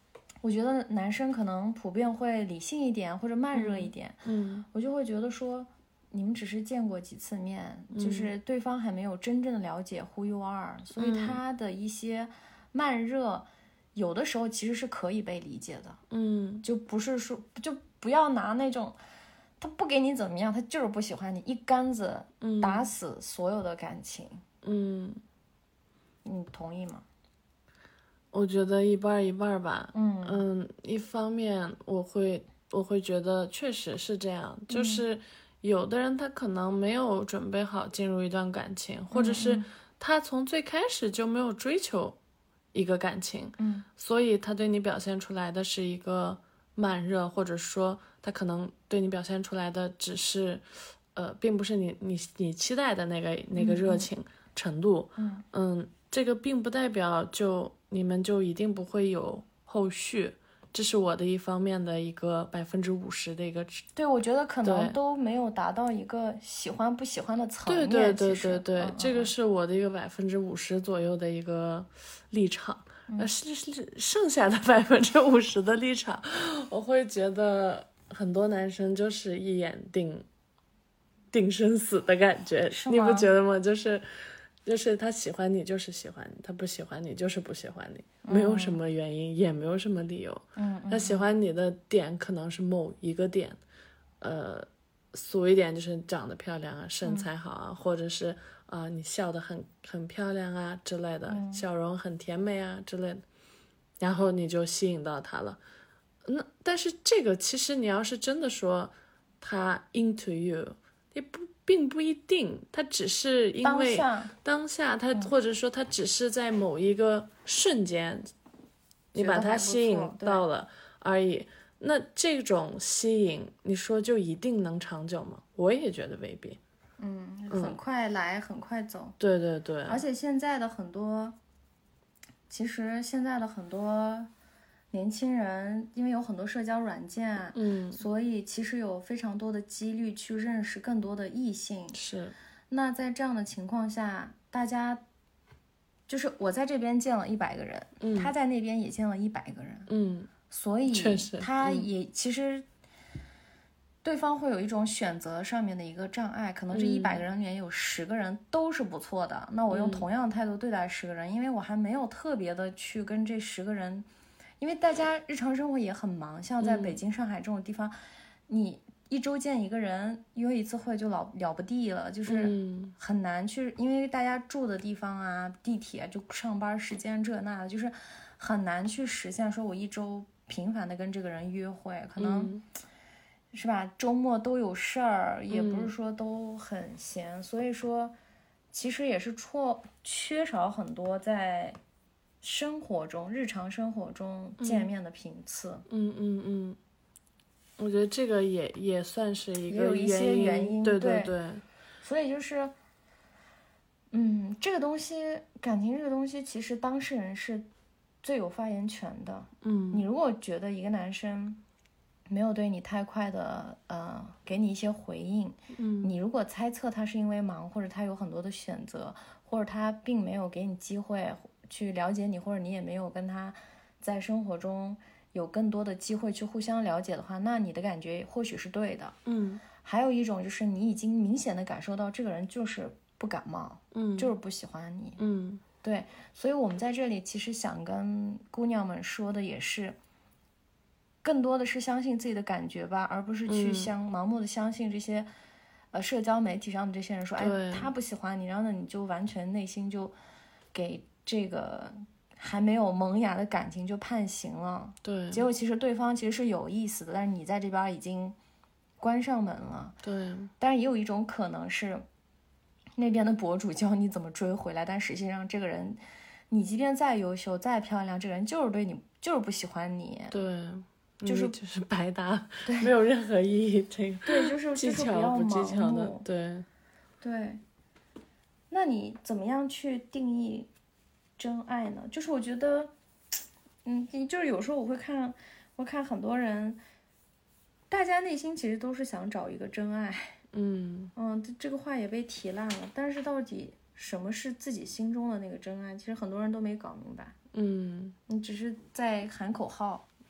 我觉得男生可能普遍会理性一点或者慢热一点， 嗯， 我就会觉得说，你们只是见过几次面， 嗯、 就是对方还没有真正的了解 who you are，、嗯、所以他的一些慢热，有的时候其实是可以被理解的， 嗯， 就不是说就不要拿那种他不给你怎么样，他就是不喜欢你，一竿子打死所有的感情， 嗯， 你同意吗？ 我觉得一半一半吧， 嗯嗯，一方面我会我会觉得确实是这样，就是有的人他可能没有准备好进入一段感情，或者是他从最开始就没有追求一个感情， 嗯， 所以他对你表现出来的是一个慢热，或者说他可能对你表现出来的只是，呃，并不是你你你期待的那个那个热情程度， 嗯嗯，这个并不代表就你们就一定不会有后续，这是我的一方面的一个百分之五十的一个， 对，我觉得可能都没有达到一个喜欢不喜欢的层面， 对对对对对， 嗯、 这个是我的一个百分之五十左右的一个立场。呃，是是剩下的百分之五十的立场，我会觉得很多男生就是一眼定定生死的感觉，你不觉得吗？就是就是他喜欢你就是喜欢你，他不喜欢你就是不喜欢你，没有什么原因，嗯、也没有什么理由。 嗯， 他喜欢你的点可能是某一个点，呃，俗一点就是长得漂亮啊，身材好啊，嗯、或者是。啊、呃，你笑得很很漂亮啊之类的， 嗯、 笑容很甜美啊之类的，然后你就吸引到他了。那但是这个其实你要是真的说他 into you， 也不并不一定，他只是因为当下， 当下他、嗯、或者说他只是在某一个瞬间，你把他吸引到了而已。那这种吸引，你说就一定能长久吗？我也觉得未必。 嗯，很快来、嗯、很快走， 对对对， 而且现在的很多其实现在的很多年轻人因为有很多社交软件， 嗯， 所以其实有非常多的几率去认识更多的异性， 是。 那在这样的情况下，大家就是我在这边见了一百个人， 嗯， 他在那边也见了一百个人， 嗯， 所以确实他也、嗯、其实对方会有一种选择上面的一个障碍，可能这一百个人里面有十个人都是不错的，嗯、那我用同样的态度对待十个人，嗯、因为我还没有特别的去跟这十个人，因为大家日常生活也很忙，像在北京、上海这种地方，嗯、你一周见一个人，约一次会就老了不地了，就是很难去，因为大家住的地方啊，地铁就上班时间这那的，就是很难去实现说我一周频繁的跟这个人约会，可能。嗯是吧？周末都有事儿，也不是说都很闲，嗯、所以说，其实也是错缺少很多在生活中、日常生活中见面的频次。 嗯嗯嗯，我觉得这个也也算是一个也有一些原因， 对对对。 所以就是，嗯，这个东西，感情这个东西，其实当事人是最有发言权的。 嗯， 你如果觉得一个男生没有对你太快的呃给你一些回应， 嗯， 你如果猜测他是因为忙，或者他有很多的选择，或者他并没有给你机会去了解你，或者你也没有跟他在生活中有更多的机会去互相了解的话，那你的感觉或许是对的。 嗯， 还有一种就是你已经明显的感受到这个人就是不感冒， 嗯， 就是不喜欢你， 嗯， 对，所以我们在这里其实想跟姑娘们说的也是。更多的是相信自己的感觉吧，而不是去相、嗯、盲目的相信这些，呃，社交媒体上的这些人说，哎，他不喜欢你，然后呢，你就完全内心就给这个还没有萌芽的感情就判刑了。 对， 结果其实对方其实是有意思的，但是你在这边已经关上门了。 对， 但是也有一种可能是，那边的博主教你怎么追回来，但实际上这个人，你即便再优秀、再漂亮，这个人就是对你就是不喜欢你。 对。 就是就是白搭，没有任何意义。这个对，就是技巧不技巧的，对对。那你怎么样去定义真爱呢？就是我觉得，嗯，就是有时候我会看，我看很多人，大家内心其实都是想找一个真爱。 嗯嗯，这个话也被提烂了。但是到底什么是自己心中的那个真爱？其实很多人都没搞明白。 嗯， 你只是在喊口号。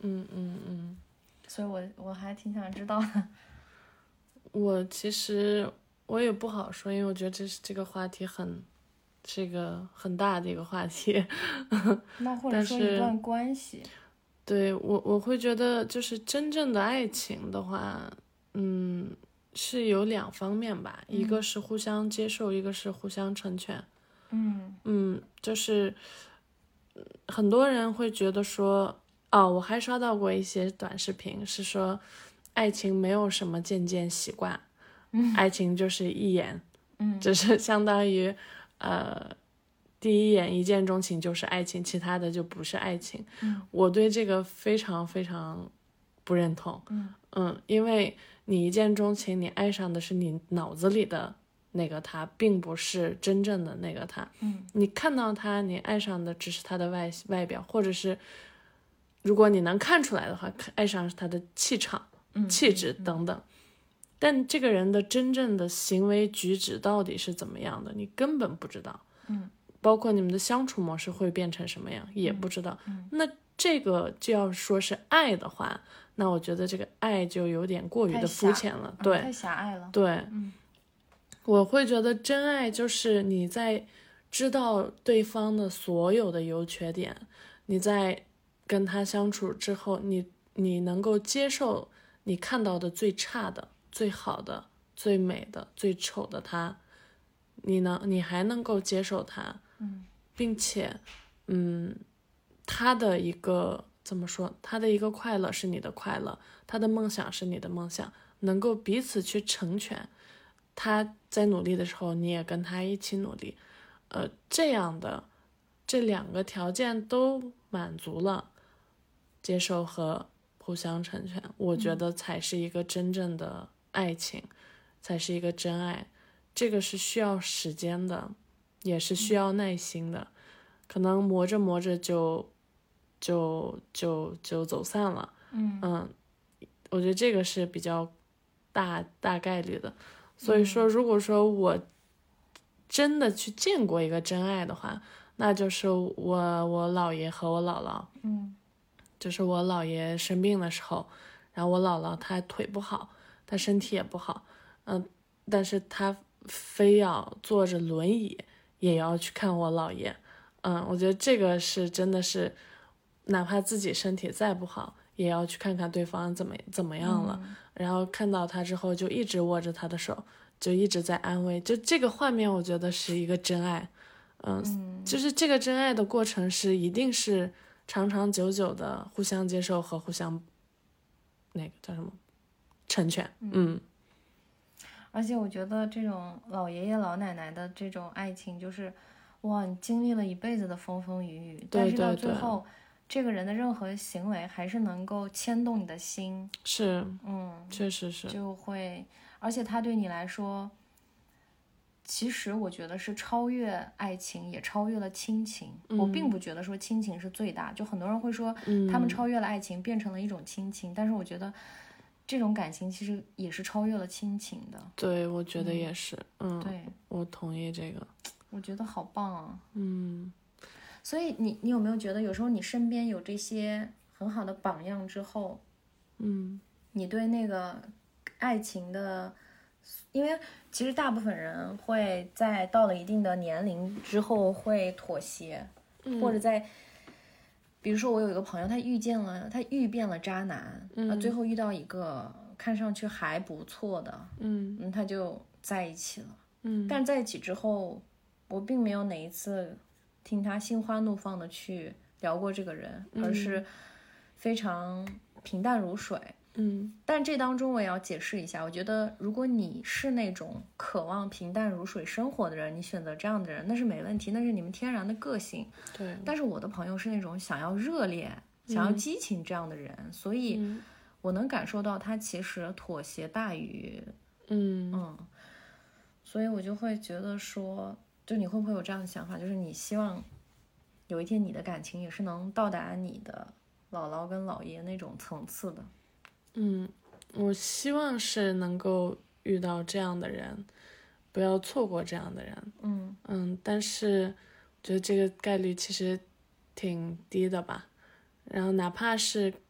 嗯嗯嗯， 所以我我还挺想知道的。 我其实我也不好说，因为我觉得这是这个话题很是一个很大的一个话题。 那或者说一段关系， 对，我我会觉得就是真正的爱情的话，嗯，是有两方面吧， 嗯、 一个是互相接受，一个是互相成全。 嗯嗯，就是很多人会觉得说，哦，我还刷到过一些短视频，是说爱情没有什么渐渐习惯， 嗯、 爱情就是一眼， 嗯， 就是相当于呃第一眼一见钟情就是爱情，其他的就不是爱情。 嗯， 我对这个非常非常不认同。 嗯嗯，因为你一见钟情，你爱上的是你脑子里的那个他，并不是真正的那个他。 嗯， 你看到他，你爱上的只是他的外外表，或者是如果你能看出来的话，爱上是他的气场、 嗯、 气质等等。但这个人的真正的行为举止到底是怎么样的，你根本不知道。 嗯， 包括你们的相处模式会变成什么样，也不知道。 嗯， 那这个就要说是爱的话，那我觉得这个爱就有点过于的肤浅了。对， 太狭隘了。 对， 嗯， 我会觉得真爱就是你在知道对方的所有的优缺点，你在跟他相处之后，你你能够接受你看到的最差的、最好的、最美的、最丑的他，你能你还能够接受他， 嗯， 并且，嗯，他的一个怎么说？他的一个快乐是你的快乐，他的梦想是你的梦想，能够彼此去成全。他在努力的时候，你也跟他一起努力，呃，这样的这两个条件都满足了，接受和互相成全，我觉得才是一个真正的爱情，嗯、才是一个真爱。这个是需要时间的，也是需要耐心的，嗯、可能磨着磨着就就就就走散了。 嗯嗯，我觉得这个是比较大大概率的。所以说，如果说我真的去见过一个真爱的话，那就是我我姥爷和我姥姥。 嗯， 就是我姥爷生病的时候，然后我姥姥她腿不好，她身体也不好，嗯、呃，但是她非要坐着轮椅也要去看我姥爷。嗯，我觉得这个是真的是，哪怕自己身体再不好，也要去看看对方怎么怎么样了。 嗯、 然后看到他之后，就一直握着他的手，就一直在安慰。就这个画面，我觉得是一个真爱。嗯， 嗯就是这个真爱的过程是一定是长长久久的互相接受和互相那个叫什么成全。嗯， 而且我觉得这种老爷爷老奶奶的这种爱情，就是哇，你经历了一辈子的风风雨雨，但是到最后，这个人的任何行为还是能够牵动你的心。 是， 嗯， 确实是， 就会，而且他对你来说，其实我觉得是超越爱情，也超越了亲情。 嗯、 我并不觉得说亲情是最大，就很多人会说他们超越了爱情，变成了一种亲情，但是我觉得这种感情其实也是超越了亲情的。 对，我觉得也是。嗯， 嗯对， 我同意这个。 我觉得好棒啊。 嗯， 所以你你有没有觉得有时候你身边有这些很好的榜样之后， 嗯， 你对那个爱情的，因为其实大部分人会在到了一定的年龄之后会妥协， 嗯、 或者在比如说我有一个朋友，他遇见了他遇遍了渣男， 嗯， 最后遇到一个看上去还不错的， 嗯嗯，他就在一起了， 嗯， 但是在一起之后，我并没有哪一次听他心花怒放的去聊过这个人， 嗯、 而是非常平淡如水。 嗯， 但这当中我也要解释一下，我觉得如果你是那种渴望平淡如水生活的人，你选择这样的人那是没问题，那是你们天然的个性。 对。 但是我的朋友是那种想要热烈、嗯、想要激情这样的人，所以我能感受到他其实妥协大于嗯嗯，所以我就会觉得说，就你会不会有这样的想法，就是你希望有一天你的感情也是能到达你的姥姥跟姥爷那种层次的。 嗯，我希望是能够遇到这样的人，不要错过这样的人。 嗯嗯，但是我觉得这个概率其实挺低的吧。然后哪怕是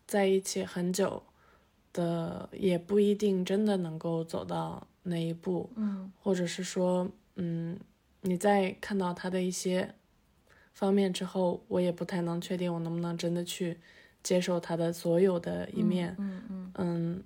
在一起很久的也不一定真的能够走到那一步， 嗯， 或者是说，嗯，你在看到他的一些方面之后，我也不太能确定我能不能真的去接受他的所有的一面， 嗯嗯嗯，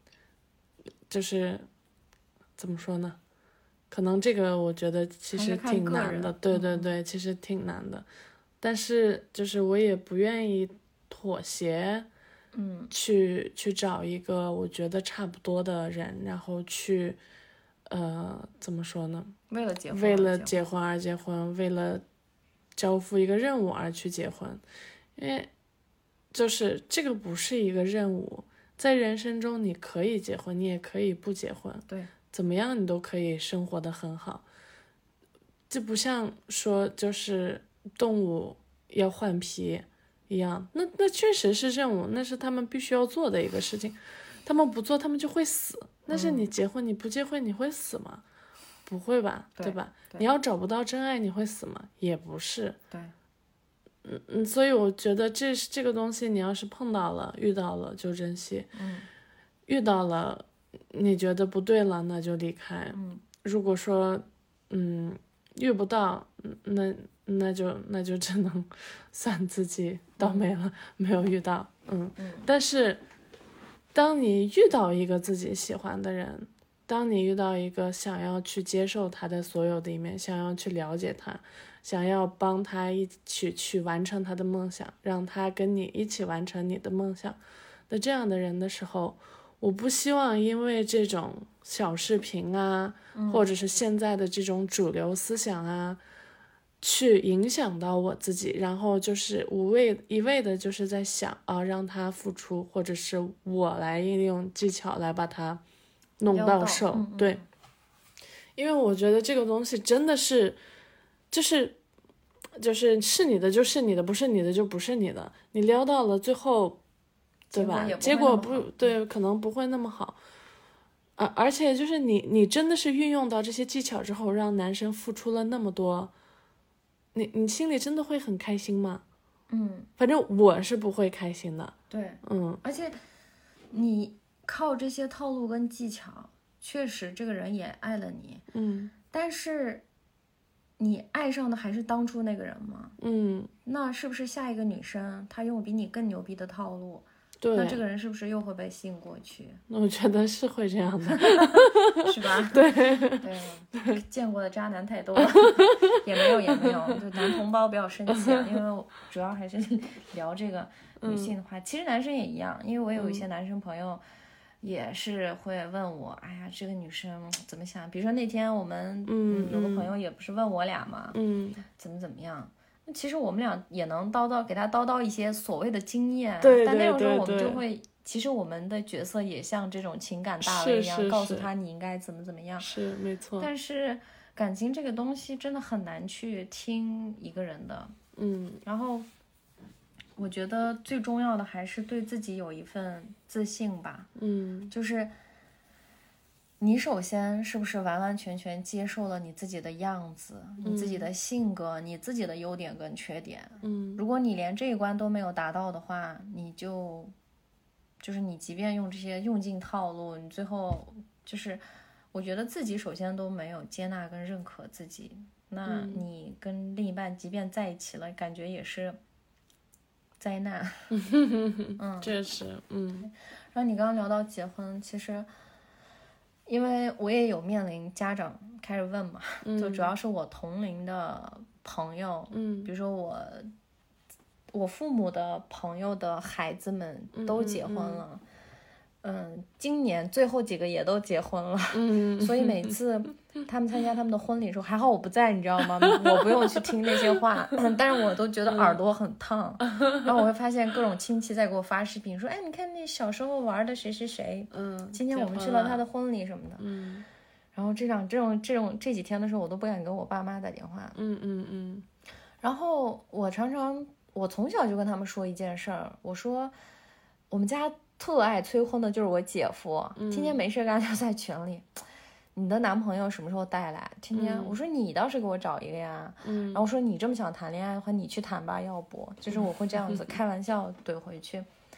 就是怎么说呢？可能这个我觉得其实挺难的，对对对，其实挺难的。但是就是我也不愿意妥协， 嗯， 去去找一个我觉得差不多的人，然后去，呃，怎么说呢？ 为了结婚， 为了结婚而结婚，为了交付一个任务而去结婚，因为就是这个不是一个任务，在人生中你可以结婚，你也可以不结婚， 对， 怎么样你都可以生活得很好。这不像说就是动物要换皮一样，那那确实是任务，那是他们必须要做的一个事情，他们不做他们就会死。但是你结婚，你不结婚你会死吗？不会吧， 对, 对吧？ 对， 你要找不到真爱你会死吗？也不是。 对， 嗯嗯，所以我觉得这这个东西，你要是碰到了、遇到了就珍惜， 嗯， 遇到了你觉得不对了，那就离开。 嗯， 如果说嗯遇不到，那那就那就只能算自己倒霉了，嗯、没有遇到。嗯， 嗯但是当你遇到一个自己喜欢的人，当你遇到一个想要去接受他的所有的一面，想要去了解他，想要帮他一起去完成他的梦想，让他跟你一起完成你的梦想的这样的人的时候，我不希望因为这种小视频啊、嗯、或者是现在的这种主流思想啊去影响到我自己，然后就是无谓一味的就是在想啊让他付出，或者是我来利用技巧来把他弄到手， 嗯嗯对，因为我觉得这个东西真的是就是就是是你的就是你的，不是你的就不是你的，你撩到了最后对吧，结果不对，可能不会那么好。而而且就是你你真的是运用到这些技巧之后，让男生付出了那么多，你你心里真的会很开心吗？ 嗯， 反正我是不会开心的。 对， 嗯， 而且你靠这些套路跟技巧，确实这个人也爱了你， 嗯， 但是你爱上的还是当初那个人吗？ 嗯， 那是不是下一个女生她用比你更牛逼的套路？ 对， 那这个人是不是又会被吸引过去？ 我觉得是会这样的， 是吧？ 对对，见过的渣男太多了，也没有也没有，就男同胞不要生气啊，因为主要还是聊这个女性的话，嗯、其实男生也一样，因为我有一些男生朋友也是会问我，嗯、哎呀，这个女生怎么想？比如说那天我们嗯有个朋友也不是问我俩嘛， 嗯， 怎么怎么样。其实我们俩也能叨叨给他叨叨一些所谓的经验， 对对对对， 但那种时候我们就会，其实我们的角色也像这种情感大 V 一样，告诉他你应该怎么怎么样， 是没错。 但是感情这个东西真的很难去听一个人的， 嗯， 然后我觉得最重要的还是对自己有一份自信吧， 嗯， 就是你首先是不是完完全全接受了你自己的样子、嗯、你自己的性格、你自己的优点跟缺点， 嗯， 如果你连这一关都没有达到的话，你就就是你即便用这些用尽套路，你最后就是我觉得自己首先都没有接纳跟认可自己，那你跟另一半即便在一起了，感觉也是灾难。 嗯，确实，嗯。 然后你刚刚聊到结婚，其实因为我也有面临家长开始问嘛， 嗯、 就主要是我同龄的朋友， 嗯， 比如说我我父母的朋友的孩子们都结婚了，嗯, 嗯, 嗯，今年最后几个也都结婚了， 嗯， 所以每次他们参加他们的婚礼的时候，还好我不在，你知道吗？我不用去听那些话，但是我都觉得耳朵很烫，然后我会发现各种亲戚在给我发视频，说，哎，你看那小时候玩的谁谁谁， 嗯， 今天我们去了他的婚礼什么的， 嗯， 然后这样这种这种这几天的时候，我都不敢跟我爸妈打电话， 嗯嗯嗯， 然后我常常我从小就跟他们说一件事儿，我说我们家特爱催婚的就是我姐夫， 嗯、 天天没事干就在群里，你的男朋友什么时候带来？天天、 嗯、 我说你倒是给我找一个呀， 嗯， 然后我说你这么想谈恋爱的话，你去谈吧，要不就是我会这样子开玩笑怼回去。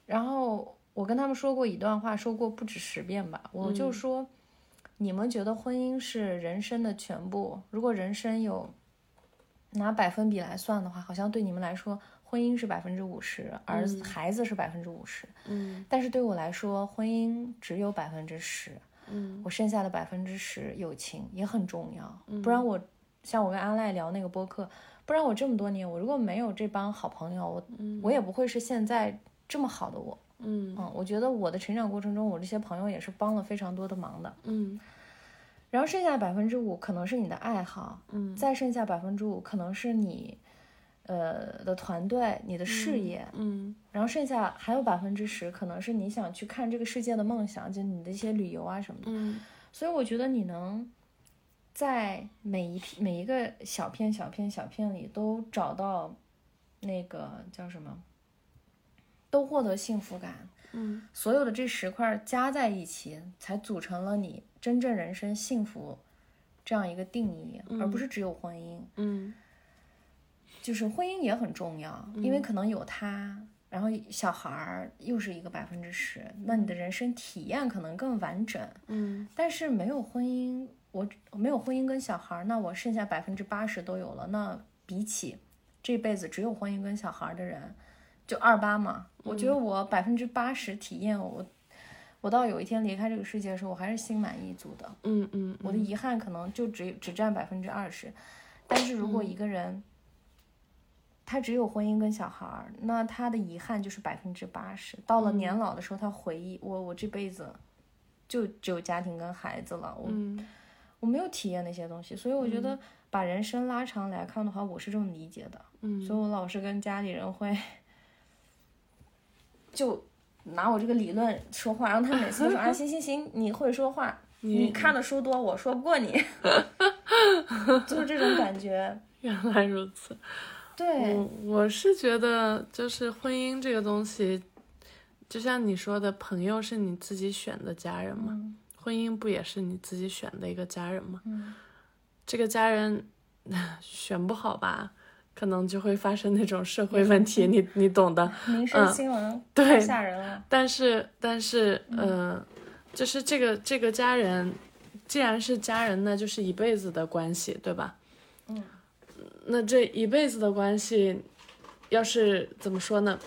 然后我跟他们说过一段话，说过不止十遍吧，我就说、嗯、你们觉得婚姻是人生的全部，如果人生有拿百分比来算的话，好像对你们来说婚姻是百分之五十，而孩子是百分之五十。嗯，但是对我来说，婚姻只有百分之十。嗯，我剩下的百分之十友情也很重要。嗯，不然我像我跟阿赖聊那个播客，不然我这么多年，我如果没有这帮好朋友，我、嗯、我也不会是现在这么好的我。嗯嗯，我觉得我的成长过程中，我这些朋友也是帮了非常多的忙的。嗯。然后剩下百分之五可能是你的爱好，嗯，再剩下百分之五可能是你，呃的团队、你的事业，嗯，嗯然后剩下还有百分之十可能是你想去看这个世界的梦想，就你的一些旅游啊什么的，嗯，所以我觉得你能在每一每一个小片小片小片里都找到那个叫什么，都获得幸福感。嗯，所有的这十块加在一起，才组成了你真正人生幸福这样一个定义，嗯、而不是只有婚姻。嗯，就是婚姻也很重要，嗯、因为可能有他，然后小孩又是一个百分之十，那你的人生体验可能更完整。嗯，但是没有婚姻，我没有婚姻跟小孩，那我剩下百分之八十都有了。那比起这辈子只有婚姻跟小孩的人。就二八嘛，我觉得我百分之八十体验，我我到有一天离开这个世界的时候，我还是心满意足的。嗯 嗯, 嗯，我的遗憾可能就只只占百分之二十，但是如果一个人、嗯、他只有婚姻跟小孩，那他的遗憾就是百分之八十。到了年老的时候，他回忆我我这辈子就只有家庭跟孩子了，我、嗯、我没有体验那些东西，所以我觉得把人生拉长来看的话，我是这么理解的。嗯，所以我老是跟家里人会。就拿我这个理论说话，然后他每次都说啊，行行行，你会说话，你, 你看的书多，我说不过你，就是这种感觉。 原来如此。 对， 我我是觉得，就是婚姻这个东西，就像你说的，朋友是你自己选的家人嘛，嗯、婚姻不也是你自己选的一个家人吗？嗯、这个家人选不好吧？可能就会发生那种社会问题，你你懂的。 民生新闻、嗯、 太吓人了。 但是但是，嗯、呃，就是这个这个家人，既然是家人呢，就是一辈子的关系，对吧？嗯。那这一辈子的关系，要是怎么说呢？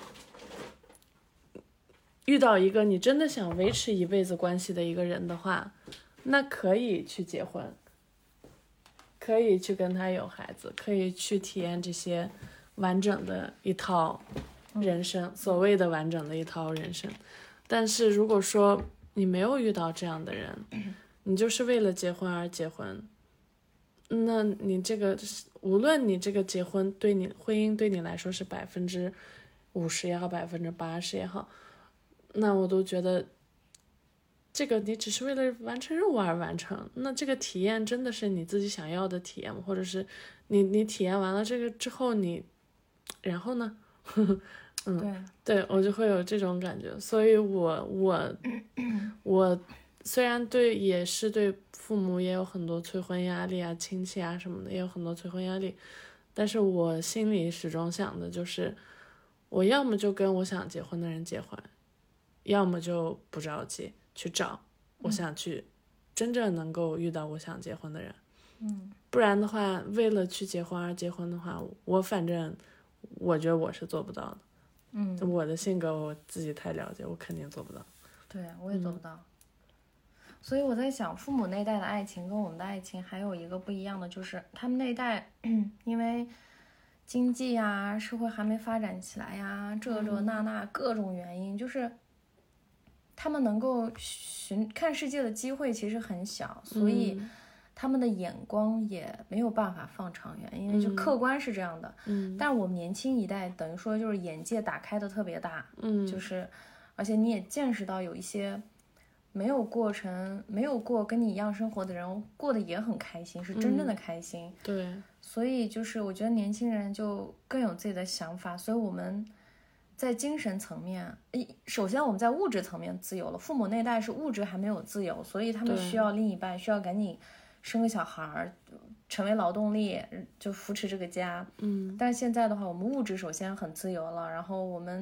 遇到一个你真的想维持一辈子关系的一个人的话，那可以去结婚。可以去跟他有孩子，可以去体验这些完整的一套人生，嗯、所谓的完整的一套人生。但是如果说你没有遇到这样的人，你就是为了结婚而结婚，那你这个无论你这个结婚对你婚姻对你来说是百分之五十也好，百分之八十也好，那我都觉得。这个你只是为了完成任务而完成，那这个体验真的是你自己想要的体验吗？或者是你你体验完了这个之后你，然后呢？嗯，对，对我就会有这种感觉，所以我我我虽然对也是对父母也有很多催婚压力啊，亲戚啊什么的也有很多催婚压力，但是我心里始终想的就是，我要么就跟我想结婚的人结婚，要么就不着急。去找我想去真正能够遇到我想结婚的人，嗯，不然的话为了去结婚而结婚的话，我反正我觉得我是做不到的，嗯，我的性格我自己太了解，我肯定做不到。 对，我也做不到，嗯、所以我在想父母那代的爱情跟我们的爱情还有一个不一样的，就是他们那代因为经济啊社会还没发展起来呀，这这那那各种原因，就是他们能够寻看世界的机会其实很小，所以他们的眼光也没有办法放长远，因为就客观是这样的。嗯，但是我们年轻一代等于说就是眼界打开的特别大，嗯，就是而且你也见识到有一些没有过成没有过跟你一样生活的人过得也很开心，是真正的开心。 嗯、对， 所以就是我觉得年轻人就更有自己的想法，所以我们在精神层面，首先我们在物质层面自由了，父母那代是物质还没有自由，所以他们需要另一半，需要赶紧生个小孩，成为劳动力，就扶持这个家。嗯，但是现在的话，我们物质首先很自由了，然后我们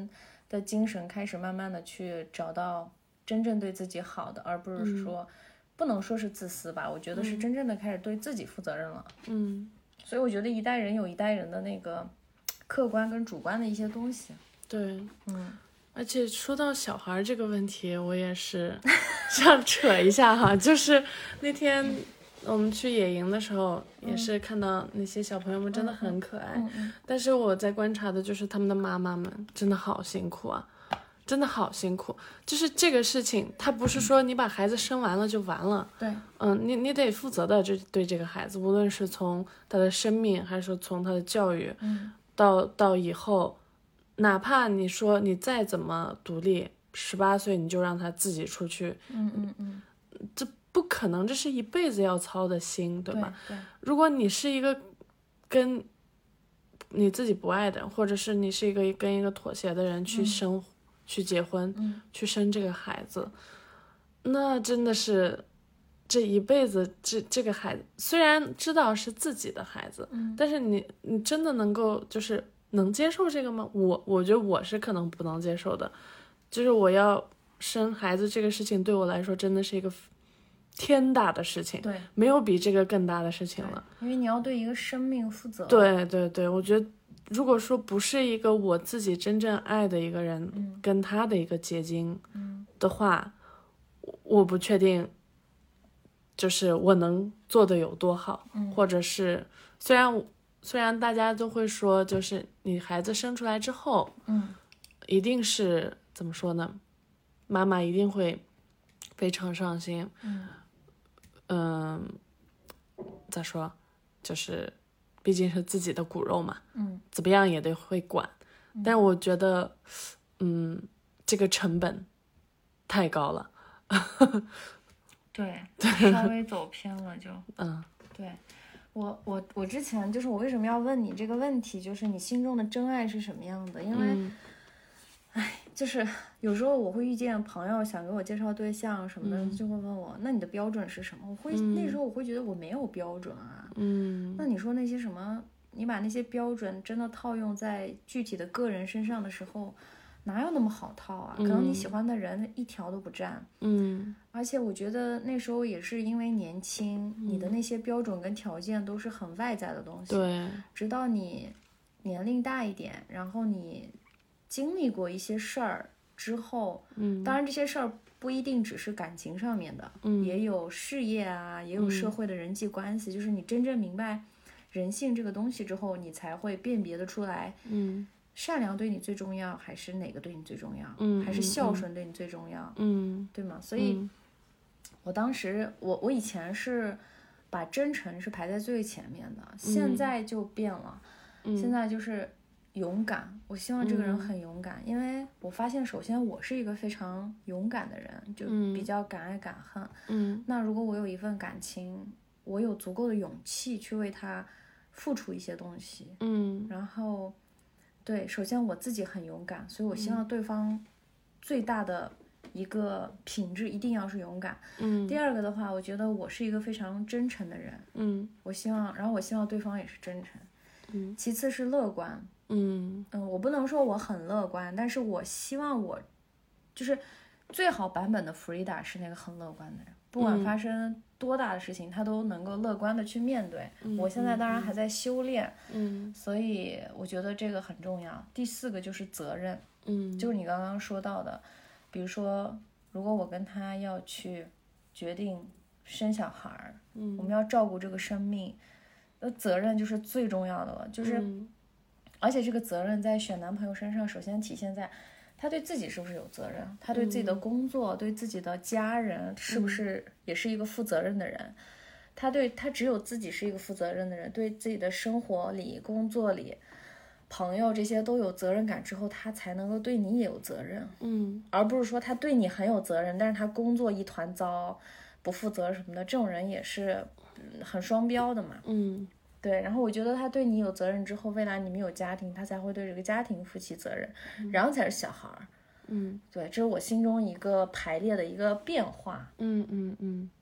的精神开始慢慢的去找到真正对自己好的，而不是说、嗯、不能说是自私吧，我觉得是真正的开始对自己负责任了。 嗯， 所以我觉得一代人有一代人的那个客观跟主观的一些东西。 对， 嗯， 而且说到小孩这个问题，我也是想扯一下哈，就是那天我们去野营的时候，也是看到那些小朋友们真的很可爱， 嗯嗯、 但是我在观察的就是他们的妈妈们真的好辛苦啊，真的好辛苦。就是这个事情，他不是说你把孩子生完了就完了， 对， 嗯，你你得负责的，就对这个孩子，无论是从他的生命，还是说从他的教育， 嗯， 到到以后。哪怕你说你再怎么独立，十八岁你就让他自己出去， 嗯嗯嗯， 这不可能，这是一辈子要操的心，对吧？ 对对。 如果你是一个跟你自己不爱的，或者是你是一个跟一个妥协的人去生、嗯、去结婚、 嗯、 去生这个孩子，那真的是这一辈子，这这个孩子虽然知道是自己的孩子， 嗯、 但是你你真的能够就是能接受这个吗？我我觉得我是可能不能接受的，就是我要生孩子这个事情对我来说真的是一个天大的事情， 对， 没有比这个更大的事情了， 因为你要对一个生命负责。 对对对，我觉得如果说不是一个我自己真正爱的一个人、 嗯、 跟他的一个结晶的话、嗯、我不确定就是我能做的有多好、 嗯、 或者是虽然虽然大家都会说就是你孩子生出来之后嗯， 一定是怎么说呢，妈妈一定会非常伤心， 嗯嗯，咋说，就是毕竟是自己的骨肉嘛， 嗯， 怎么样也得会管， 嗯、 但我觉得嗯这个成本太高了对，稍微走偏了就嗯， 对，我我我之前就是我为什么要问你这个问题，就是你心中的真爱是什么样的？因为，哎、嗯，就是有时候我会遇见朋友想给我介绍对象什么的，嗯、就会问我，那你的标准是什么？我会、嗯、那时候我会觉得我没有标准啊。 嗯， 那你说那些什么，你把那些标准真的套用在具体的个人身上的时候，哪有那么好套啊？可能你喜欢的人一条都不占。 嗯， 而且我觉得那时候也是因为年轻、嗯、你的那些标准跟条件都是很外在的东西。 对。 直到你年龄大一点，然后你经历过一些事儿之后， 嗯， 当然这些事儿不一定只是感情上面的， 嗯， 也有事业啊，也有社会的人际关系。嗯、就是你真正明白人性这个东西之后，你才会辨别得出来。 嗯。 善良对你最重要，还是哪个对你最重要？ 嗯， 还是孝顺对你最重要？ 嗯， 对吗？所以， 嗯、 我当时我我以前是把真诚是排在最前面的，现在就变了， 嗯、 现在就是勇敢。我希望这个人很勇敢，嗯、因为我发现，首先我是一个非常勇敢的人，就比较敢爱敢恨。 嗯， 那如果我有一份感情，我有足够的勇气去为他付出一些东西。 嗯， 然后。对，首先我自己很勇敢，所以我希望对方最大的一个品质一定要是勇敢。 嗯， 第二个的话，我觉得我是一个非常真诚的人。 嗯， 我希望，然后我希望对方也是真诚。 嗯， 其次是乐观。 嗯嗯，我不能说我很乐观，但是我希望我就是最好版本的 Frida 是那个很乐观的人，不管发生多大的事情，他都能够乐观的去面对。 嗯、 我现在当然还在修炼， 嗯， 所以我觉得这个很重要。第四个就是责任， 嗯， 就是你刚刚说到的，比如说，如果我跟他要去决定生小孩， 嗯， 我们要照顾这个生命，那责任就是最重要的了。就是， 嗯、 而且这个责任在选男朋友身上，首先体现在。他对自己是不是有责任？他对自己的工作、嗯、对自己的家人是不是也是一个负责任的人？嗯、他对他只有自己是一个负责任的人，对自己的生活里、工作里、朋友这些都有责任感之后，他才能够对你也有责任。 嗯， 而不是说他对你很有责任，但是他工作一团糟、不负责什么的，这种人也是很双标的嘛。 嗯。 对，然后我觉得他对你有责任之后，未来你们有家庭，他才会对这个家庭负起责任， 嗯、 然后才是小孩儿。 嗯， 对，这是我心中一个排列的一个变化。 嗯嗯嗯。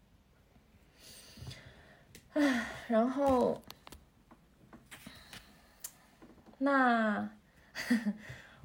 唉，然后，那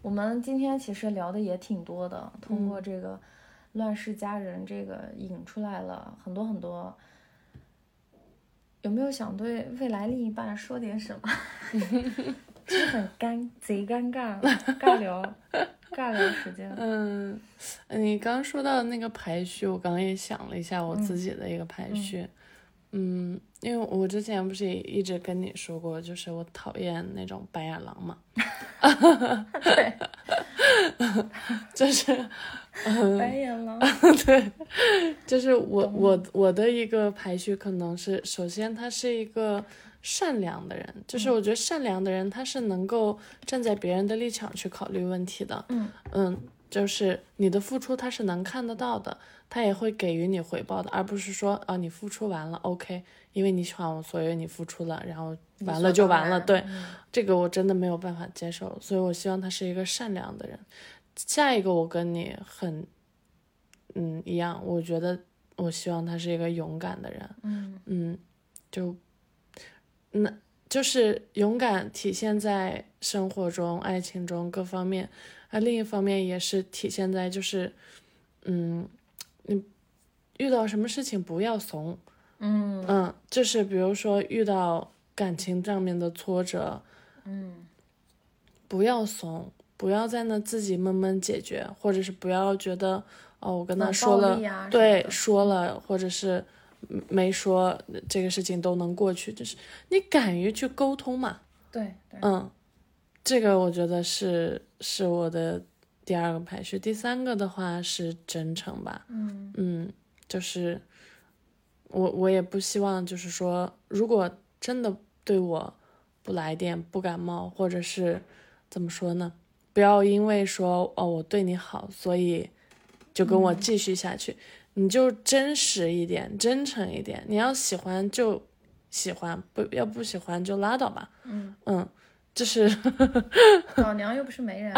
我们今天其实聊的也挺多的，通过这个乱世佳人这个引出来了很多很多。有没有想对未来另一半说点什么？就是很尴贼尴尬，尬聊尬聊时间。 嗯，你刚说到那个排序，我刚刚也想了一下我自己的一个排序。嗯, 嗯，因为我之前不是也一直跟你说过，就是我讨厌那种白眼狼嘛。 对， 就是。嗯、 白眼狼。 对，就是我我我的一个排序可能是，首先他是一个善良的人，就是我觉得善良的人他是能够站在别人的立场去考虑问题的。 嗯嗯，就是你的付出他是能看得到的，他也会给予你回报的，而不是说啊你付出完了 OK， 因为你喜欢我，所以你付出了，然后完了就完了。对、嗯，这个我真的没有办法接受，所以我希望他是一个善良的人。下一个我跟你很嗯一样，我觉得我希望他是一个勇敢的人。 嗯嗯，就那就是勇敢体现在生活中爱情中各方面，而另一方面也是体现在就是嗯你遇到什么事情不要怂。 嗯嗯，就是比如说遇到感情上面的挫折， 嗯， 不要怂，不要在那自己闷闷解决，或者是不要觉得哦，我跟他说了， 啊、 对，说了，或者是没说，这个事情都能过去，就是你敢于去沟通嘛。 对对， 嗯，这个我觉得是是我的第二个排序，第三个的话是真诚吧。 嗯嗯，就是我我也不希望就是说，如果真的对我不来电、不感冒，或者是怎么说呢？不要因为说哦我对你好，所以就跟我继续下去。嗯、你就真实一点，真诚一点。你要喜欢就喜欢，不要不喜欢就拉倒吧。 嗯嗯，就是老娘又不是媒人。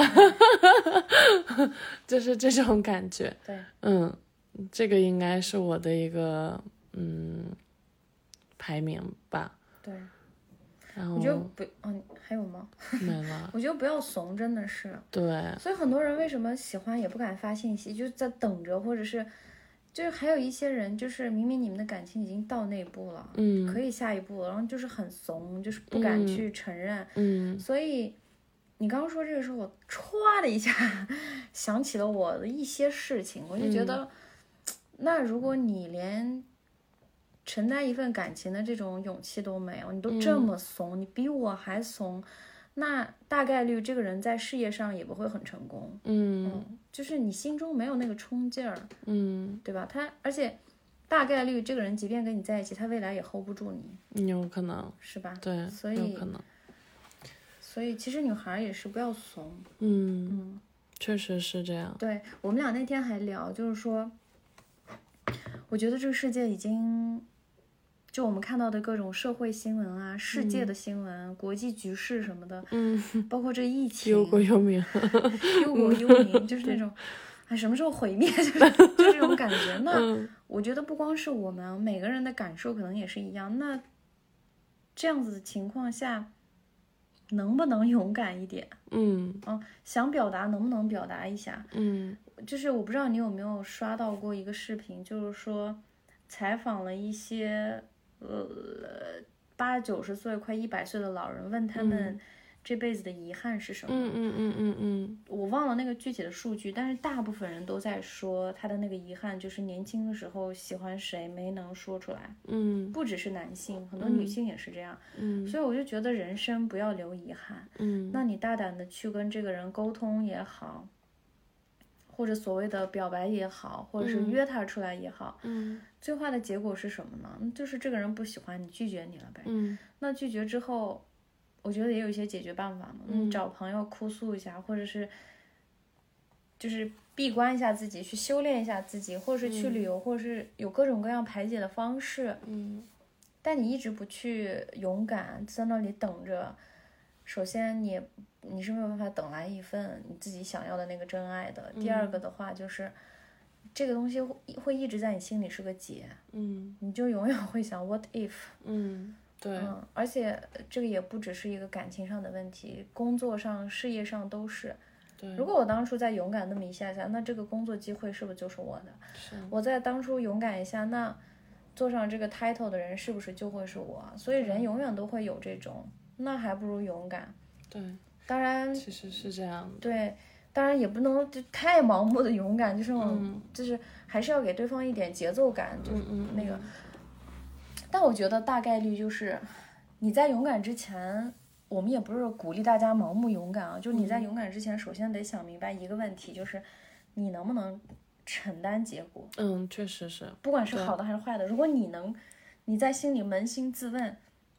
就是这种感觉。 对， 嗯，这个应该是我的一个嗯排名吧。 对。 然后我觉得不，嗯、哦，还有吗？ 没了。 我觉得不要怂，真的是。 对。 所以很多人为什么喜欢也不敢发信息，就在等着，或者是，就是还有一些人，就是明明你们的感情已经到那一步了， 嗯， 可以下一步了，然后就是很怂，就是不敢去承认。 嗯。 所以你刚刚说这个时候，我歘的一下想起了我的一些事情，我就觉得，嗯、那如果你连承担一份感情的这种勇气都没有，你都这么怂，嗯、你比我还怂，那大概率这个人在事业上也不会很成功。 嗯, 嗯就是你心中没有那个冲劲儿， 嗯， 对吧？他而且大概率这个人即便跟你在一起，他未来也 hold 不住你， 有可能是吧？ 对， 所以有可能。 所以其实女孩也是不要怂。 嗯嗯， 确实是这样。 对，我们俩那天还聊，就是说，我觉得这个世界已经。就我们看到的各种社会新闻啊，世界的新闻、嗯、国际局势什么的， 嗯， 包括这疫情， 忧国忧民， 忧国忧民，就是那种，哎，什么时候毁灭，就是就这种感觉。那、嗯、我觉得不光是我们，每个人的感受可能也是一样。那这样子的情况下，能不能勇敢一点？ 嗯， 嗯，想表达能不能表达一下？ 嗯， 就是我不知道你有没有刷到过一个视频，就是说采访了一些。呃，八九十岁、快一百岁的老人，问他们这辈子的遗憾是什么？ 嗯嗯嗯嗯嗯， 我忘了那个具体的数据，但是大部分人都在说他的那个遗憾就是年轻的时候喜欢谁没能说出来。 嗯， 不只是男性，很多女性也是这样。 嗯， 所以我就觉得人生不要留遗憾。 嗯， 那你大胆的去跟这个人沟通也好。或者所谓的表白也好，或者是约他出来也好， 嗯， 最坏的结果是什么呢？就是这个人不喜欢你，拒绝你了呗。 嗯， 那拒绝之后，我觉得也有一些解决办法嘛。 嗯， 你找朋友哭诉一下，或者是就是闭关一下自己，去修炼一下自己，或者是去旅游，嗯、或者是有各种各样排解的方式。 嗯， 但你一直不去勇敢，在那里等着。首先你，你你是没有办法等来一份你自己想要的那个真爱的。 嗯、 第二个的话就是，这个东西会会一直在你心里是个结。 嗯， 你就永远会想 what if。 嗯，对。 嗯，而且这个也不只是一个感情上的问题，工作上、事业上都是。 对， 如果我当初再勇敢那么一下下，那这个工作机会是不是就是我的？ 是我在当初勇敢一下，那坐上这个 title 的人是不是就会是我？所以人永远都会有这种，那还不如勇敢。 对， 当然其实是这样的。 对，当然也不能就太盲目的勇敢，就是那种、 嗯、 就是还是要给对方一点节奏感，就是嗯那个。 嗯但我觉得大概率就是你在勇敢之前，我们也不是鼓励大家盲目勇敢啊，就是你在勇敢之前，首先得想明白一个问题，就是你能不能承担结果。 嗯，确实是， 不管是好的还是坏的，如果你能，你在心里扪心自问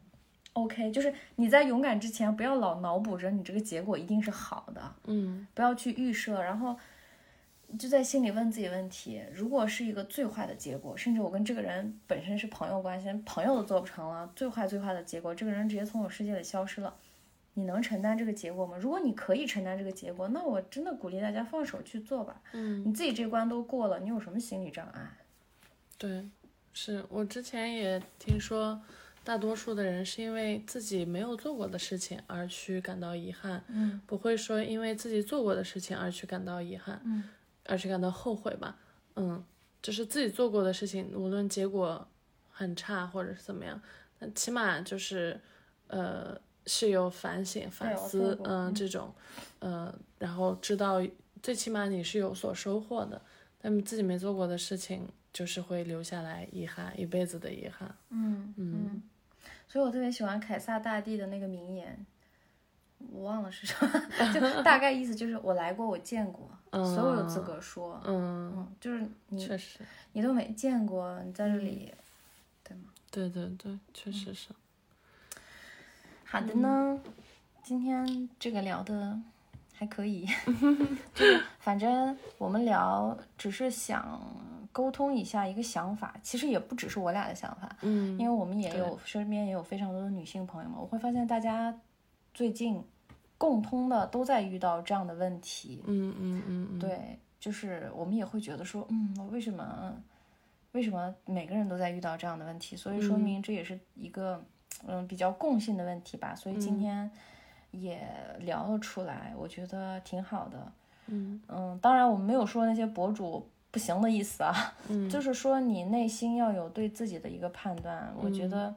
，OK， 就是你在勇敢之前，不要老脑补着你这个结果一定是好的， 嗯， 不要去预设，然后就在心里问自己问题：如果是一个最坏的结果，甚至我跟这个人本身是朋友关系，朋友都做不成了，最坏最坏的结果，这个人直接从我世界里消失了，你能承担这个结果吗？如果你可以承担这个结果，那我真的鼓励大家放手去做吧。 嗯， 你自己这关都过了，你有什么心理障碍？ 对，是我之前也听说，大多数的人是因为自己没有做过的事情而去感到遗憾， 嗯， 不会说因为自己做过的事情而去感到遗憾， 嗯， 而去感到后悔吧，嗯，就是自己做过的事情，无论结果很差或者是怎么样，但起码就是呃是有反省、反思，嗯、呃，这种，呃，然后知道最起码你是有所收获的，但自己没做过的事情，就是会留下来遗憾，一辈子的遗憾。 嗯嗯，所以我特别喜欢凯撒大帝的那个名言，我忘了是什么，就大概意思就是我来过，我见过， 嗯、 所有有资格说， 嗯嗯，就是你确实你都没见过，你在这里，嗯、对吗？ 对对对，确实是。嗯、 好的呢，嗯、今天这个聊的还可以，就是反正我们聊只是想沟通一下一个想法，其实也不只是我俩的想法， 嗯， 因为我们也有身边也有非常多的女性朋友们，我会发现大家最近共通的都在遇到这样的问题， 嗯嗯嗯嗯， 对，就是我们也会觉得说，嗯，我为什么为什么每个人都在遇到这样的问题？所以说明这也是一个嗯比较共性的问题吧，所以今天也聊了出来，我觉得挺好的， 嗯嗯，当然我们没有说那些博主不行的意思啊， 嗯， 就是说你内心要有对自己的一个判断，我觉得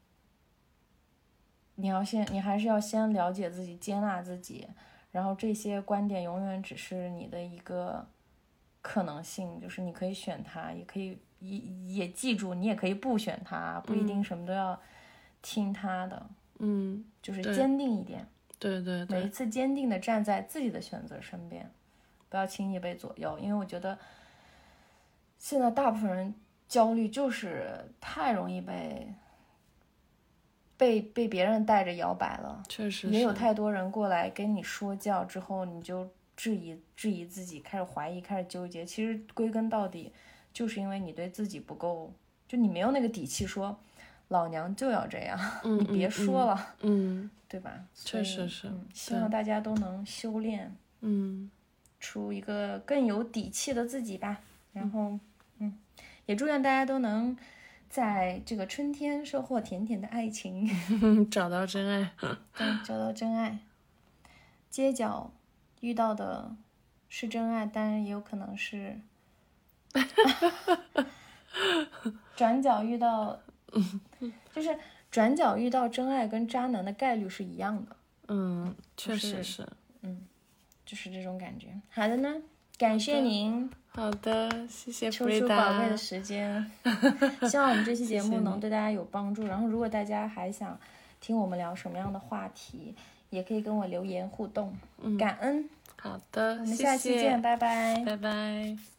你要先，你还是要先了解自己，接纳自己，然后这些观点永远只是你的一个可能性，就是你可以选它，也可以也也记住，你也可以不选它，不一定什么都要听它的， 嗯， 就是坚定一点， 对对对， 每一次坚定的站在自己的选择身边，不要轻易被左右，因为我觉得现在大部分人焦虑就是太容易被被被别人带着摇摆了， 确实也有太多人过来跟你说教之后，你就质疑质疑自己，开始怀疑，开始纠结。其实归根到底，就是因为你对自己不够，就你没有那个底气说，老娘就要这样， 嗯、 你别说了， 嗯，嗯对吧？ 确实是、 嗯，希望大家都能修炼， 嗯， 出一个更有底气的自己吧。然后，嗯，也祝愿大家都能在这个春天收获甜甜的爱情， 找到真爱， 对，找到真爱。街角遇到的是真爱，当然也有可能是转角遇到，就是转角遇到真爱跟渣男的概率是一样的。 嗯，确实是， 是嗯，就是这种感觉。好的呢，感谢您。 好的，谢谢抽出宝贵的时间，希望我们这期节目能对大家有帮助。然后，如果大家还想听我们聊什么样的话题，也可以跟我留言互动。 嗯， 感恩。 好的， 我们下期见， 谢谢拜拜。 拜拜。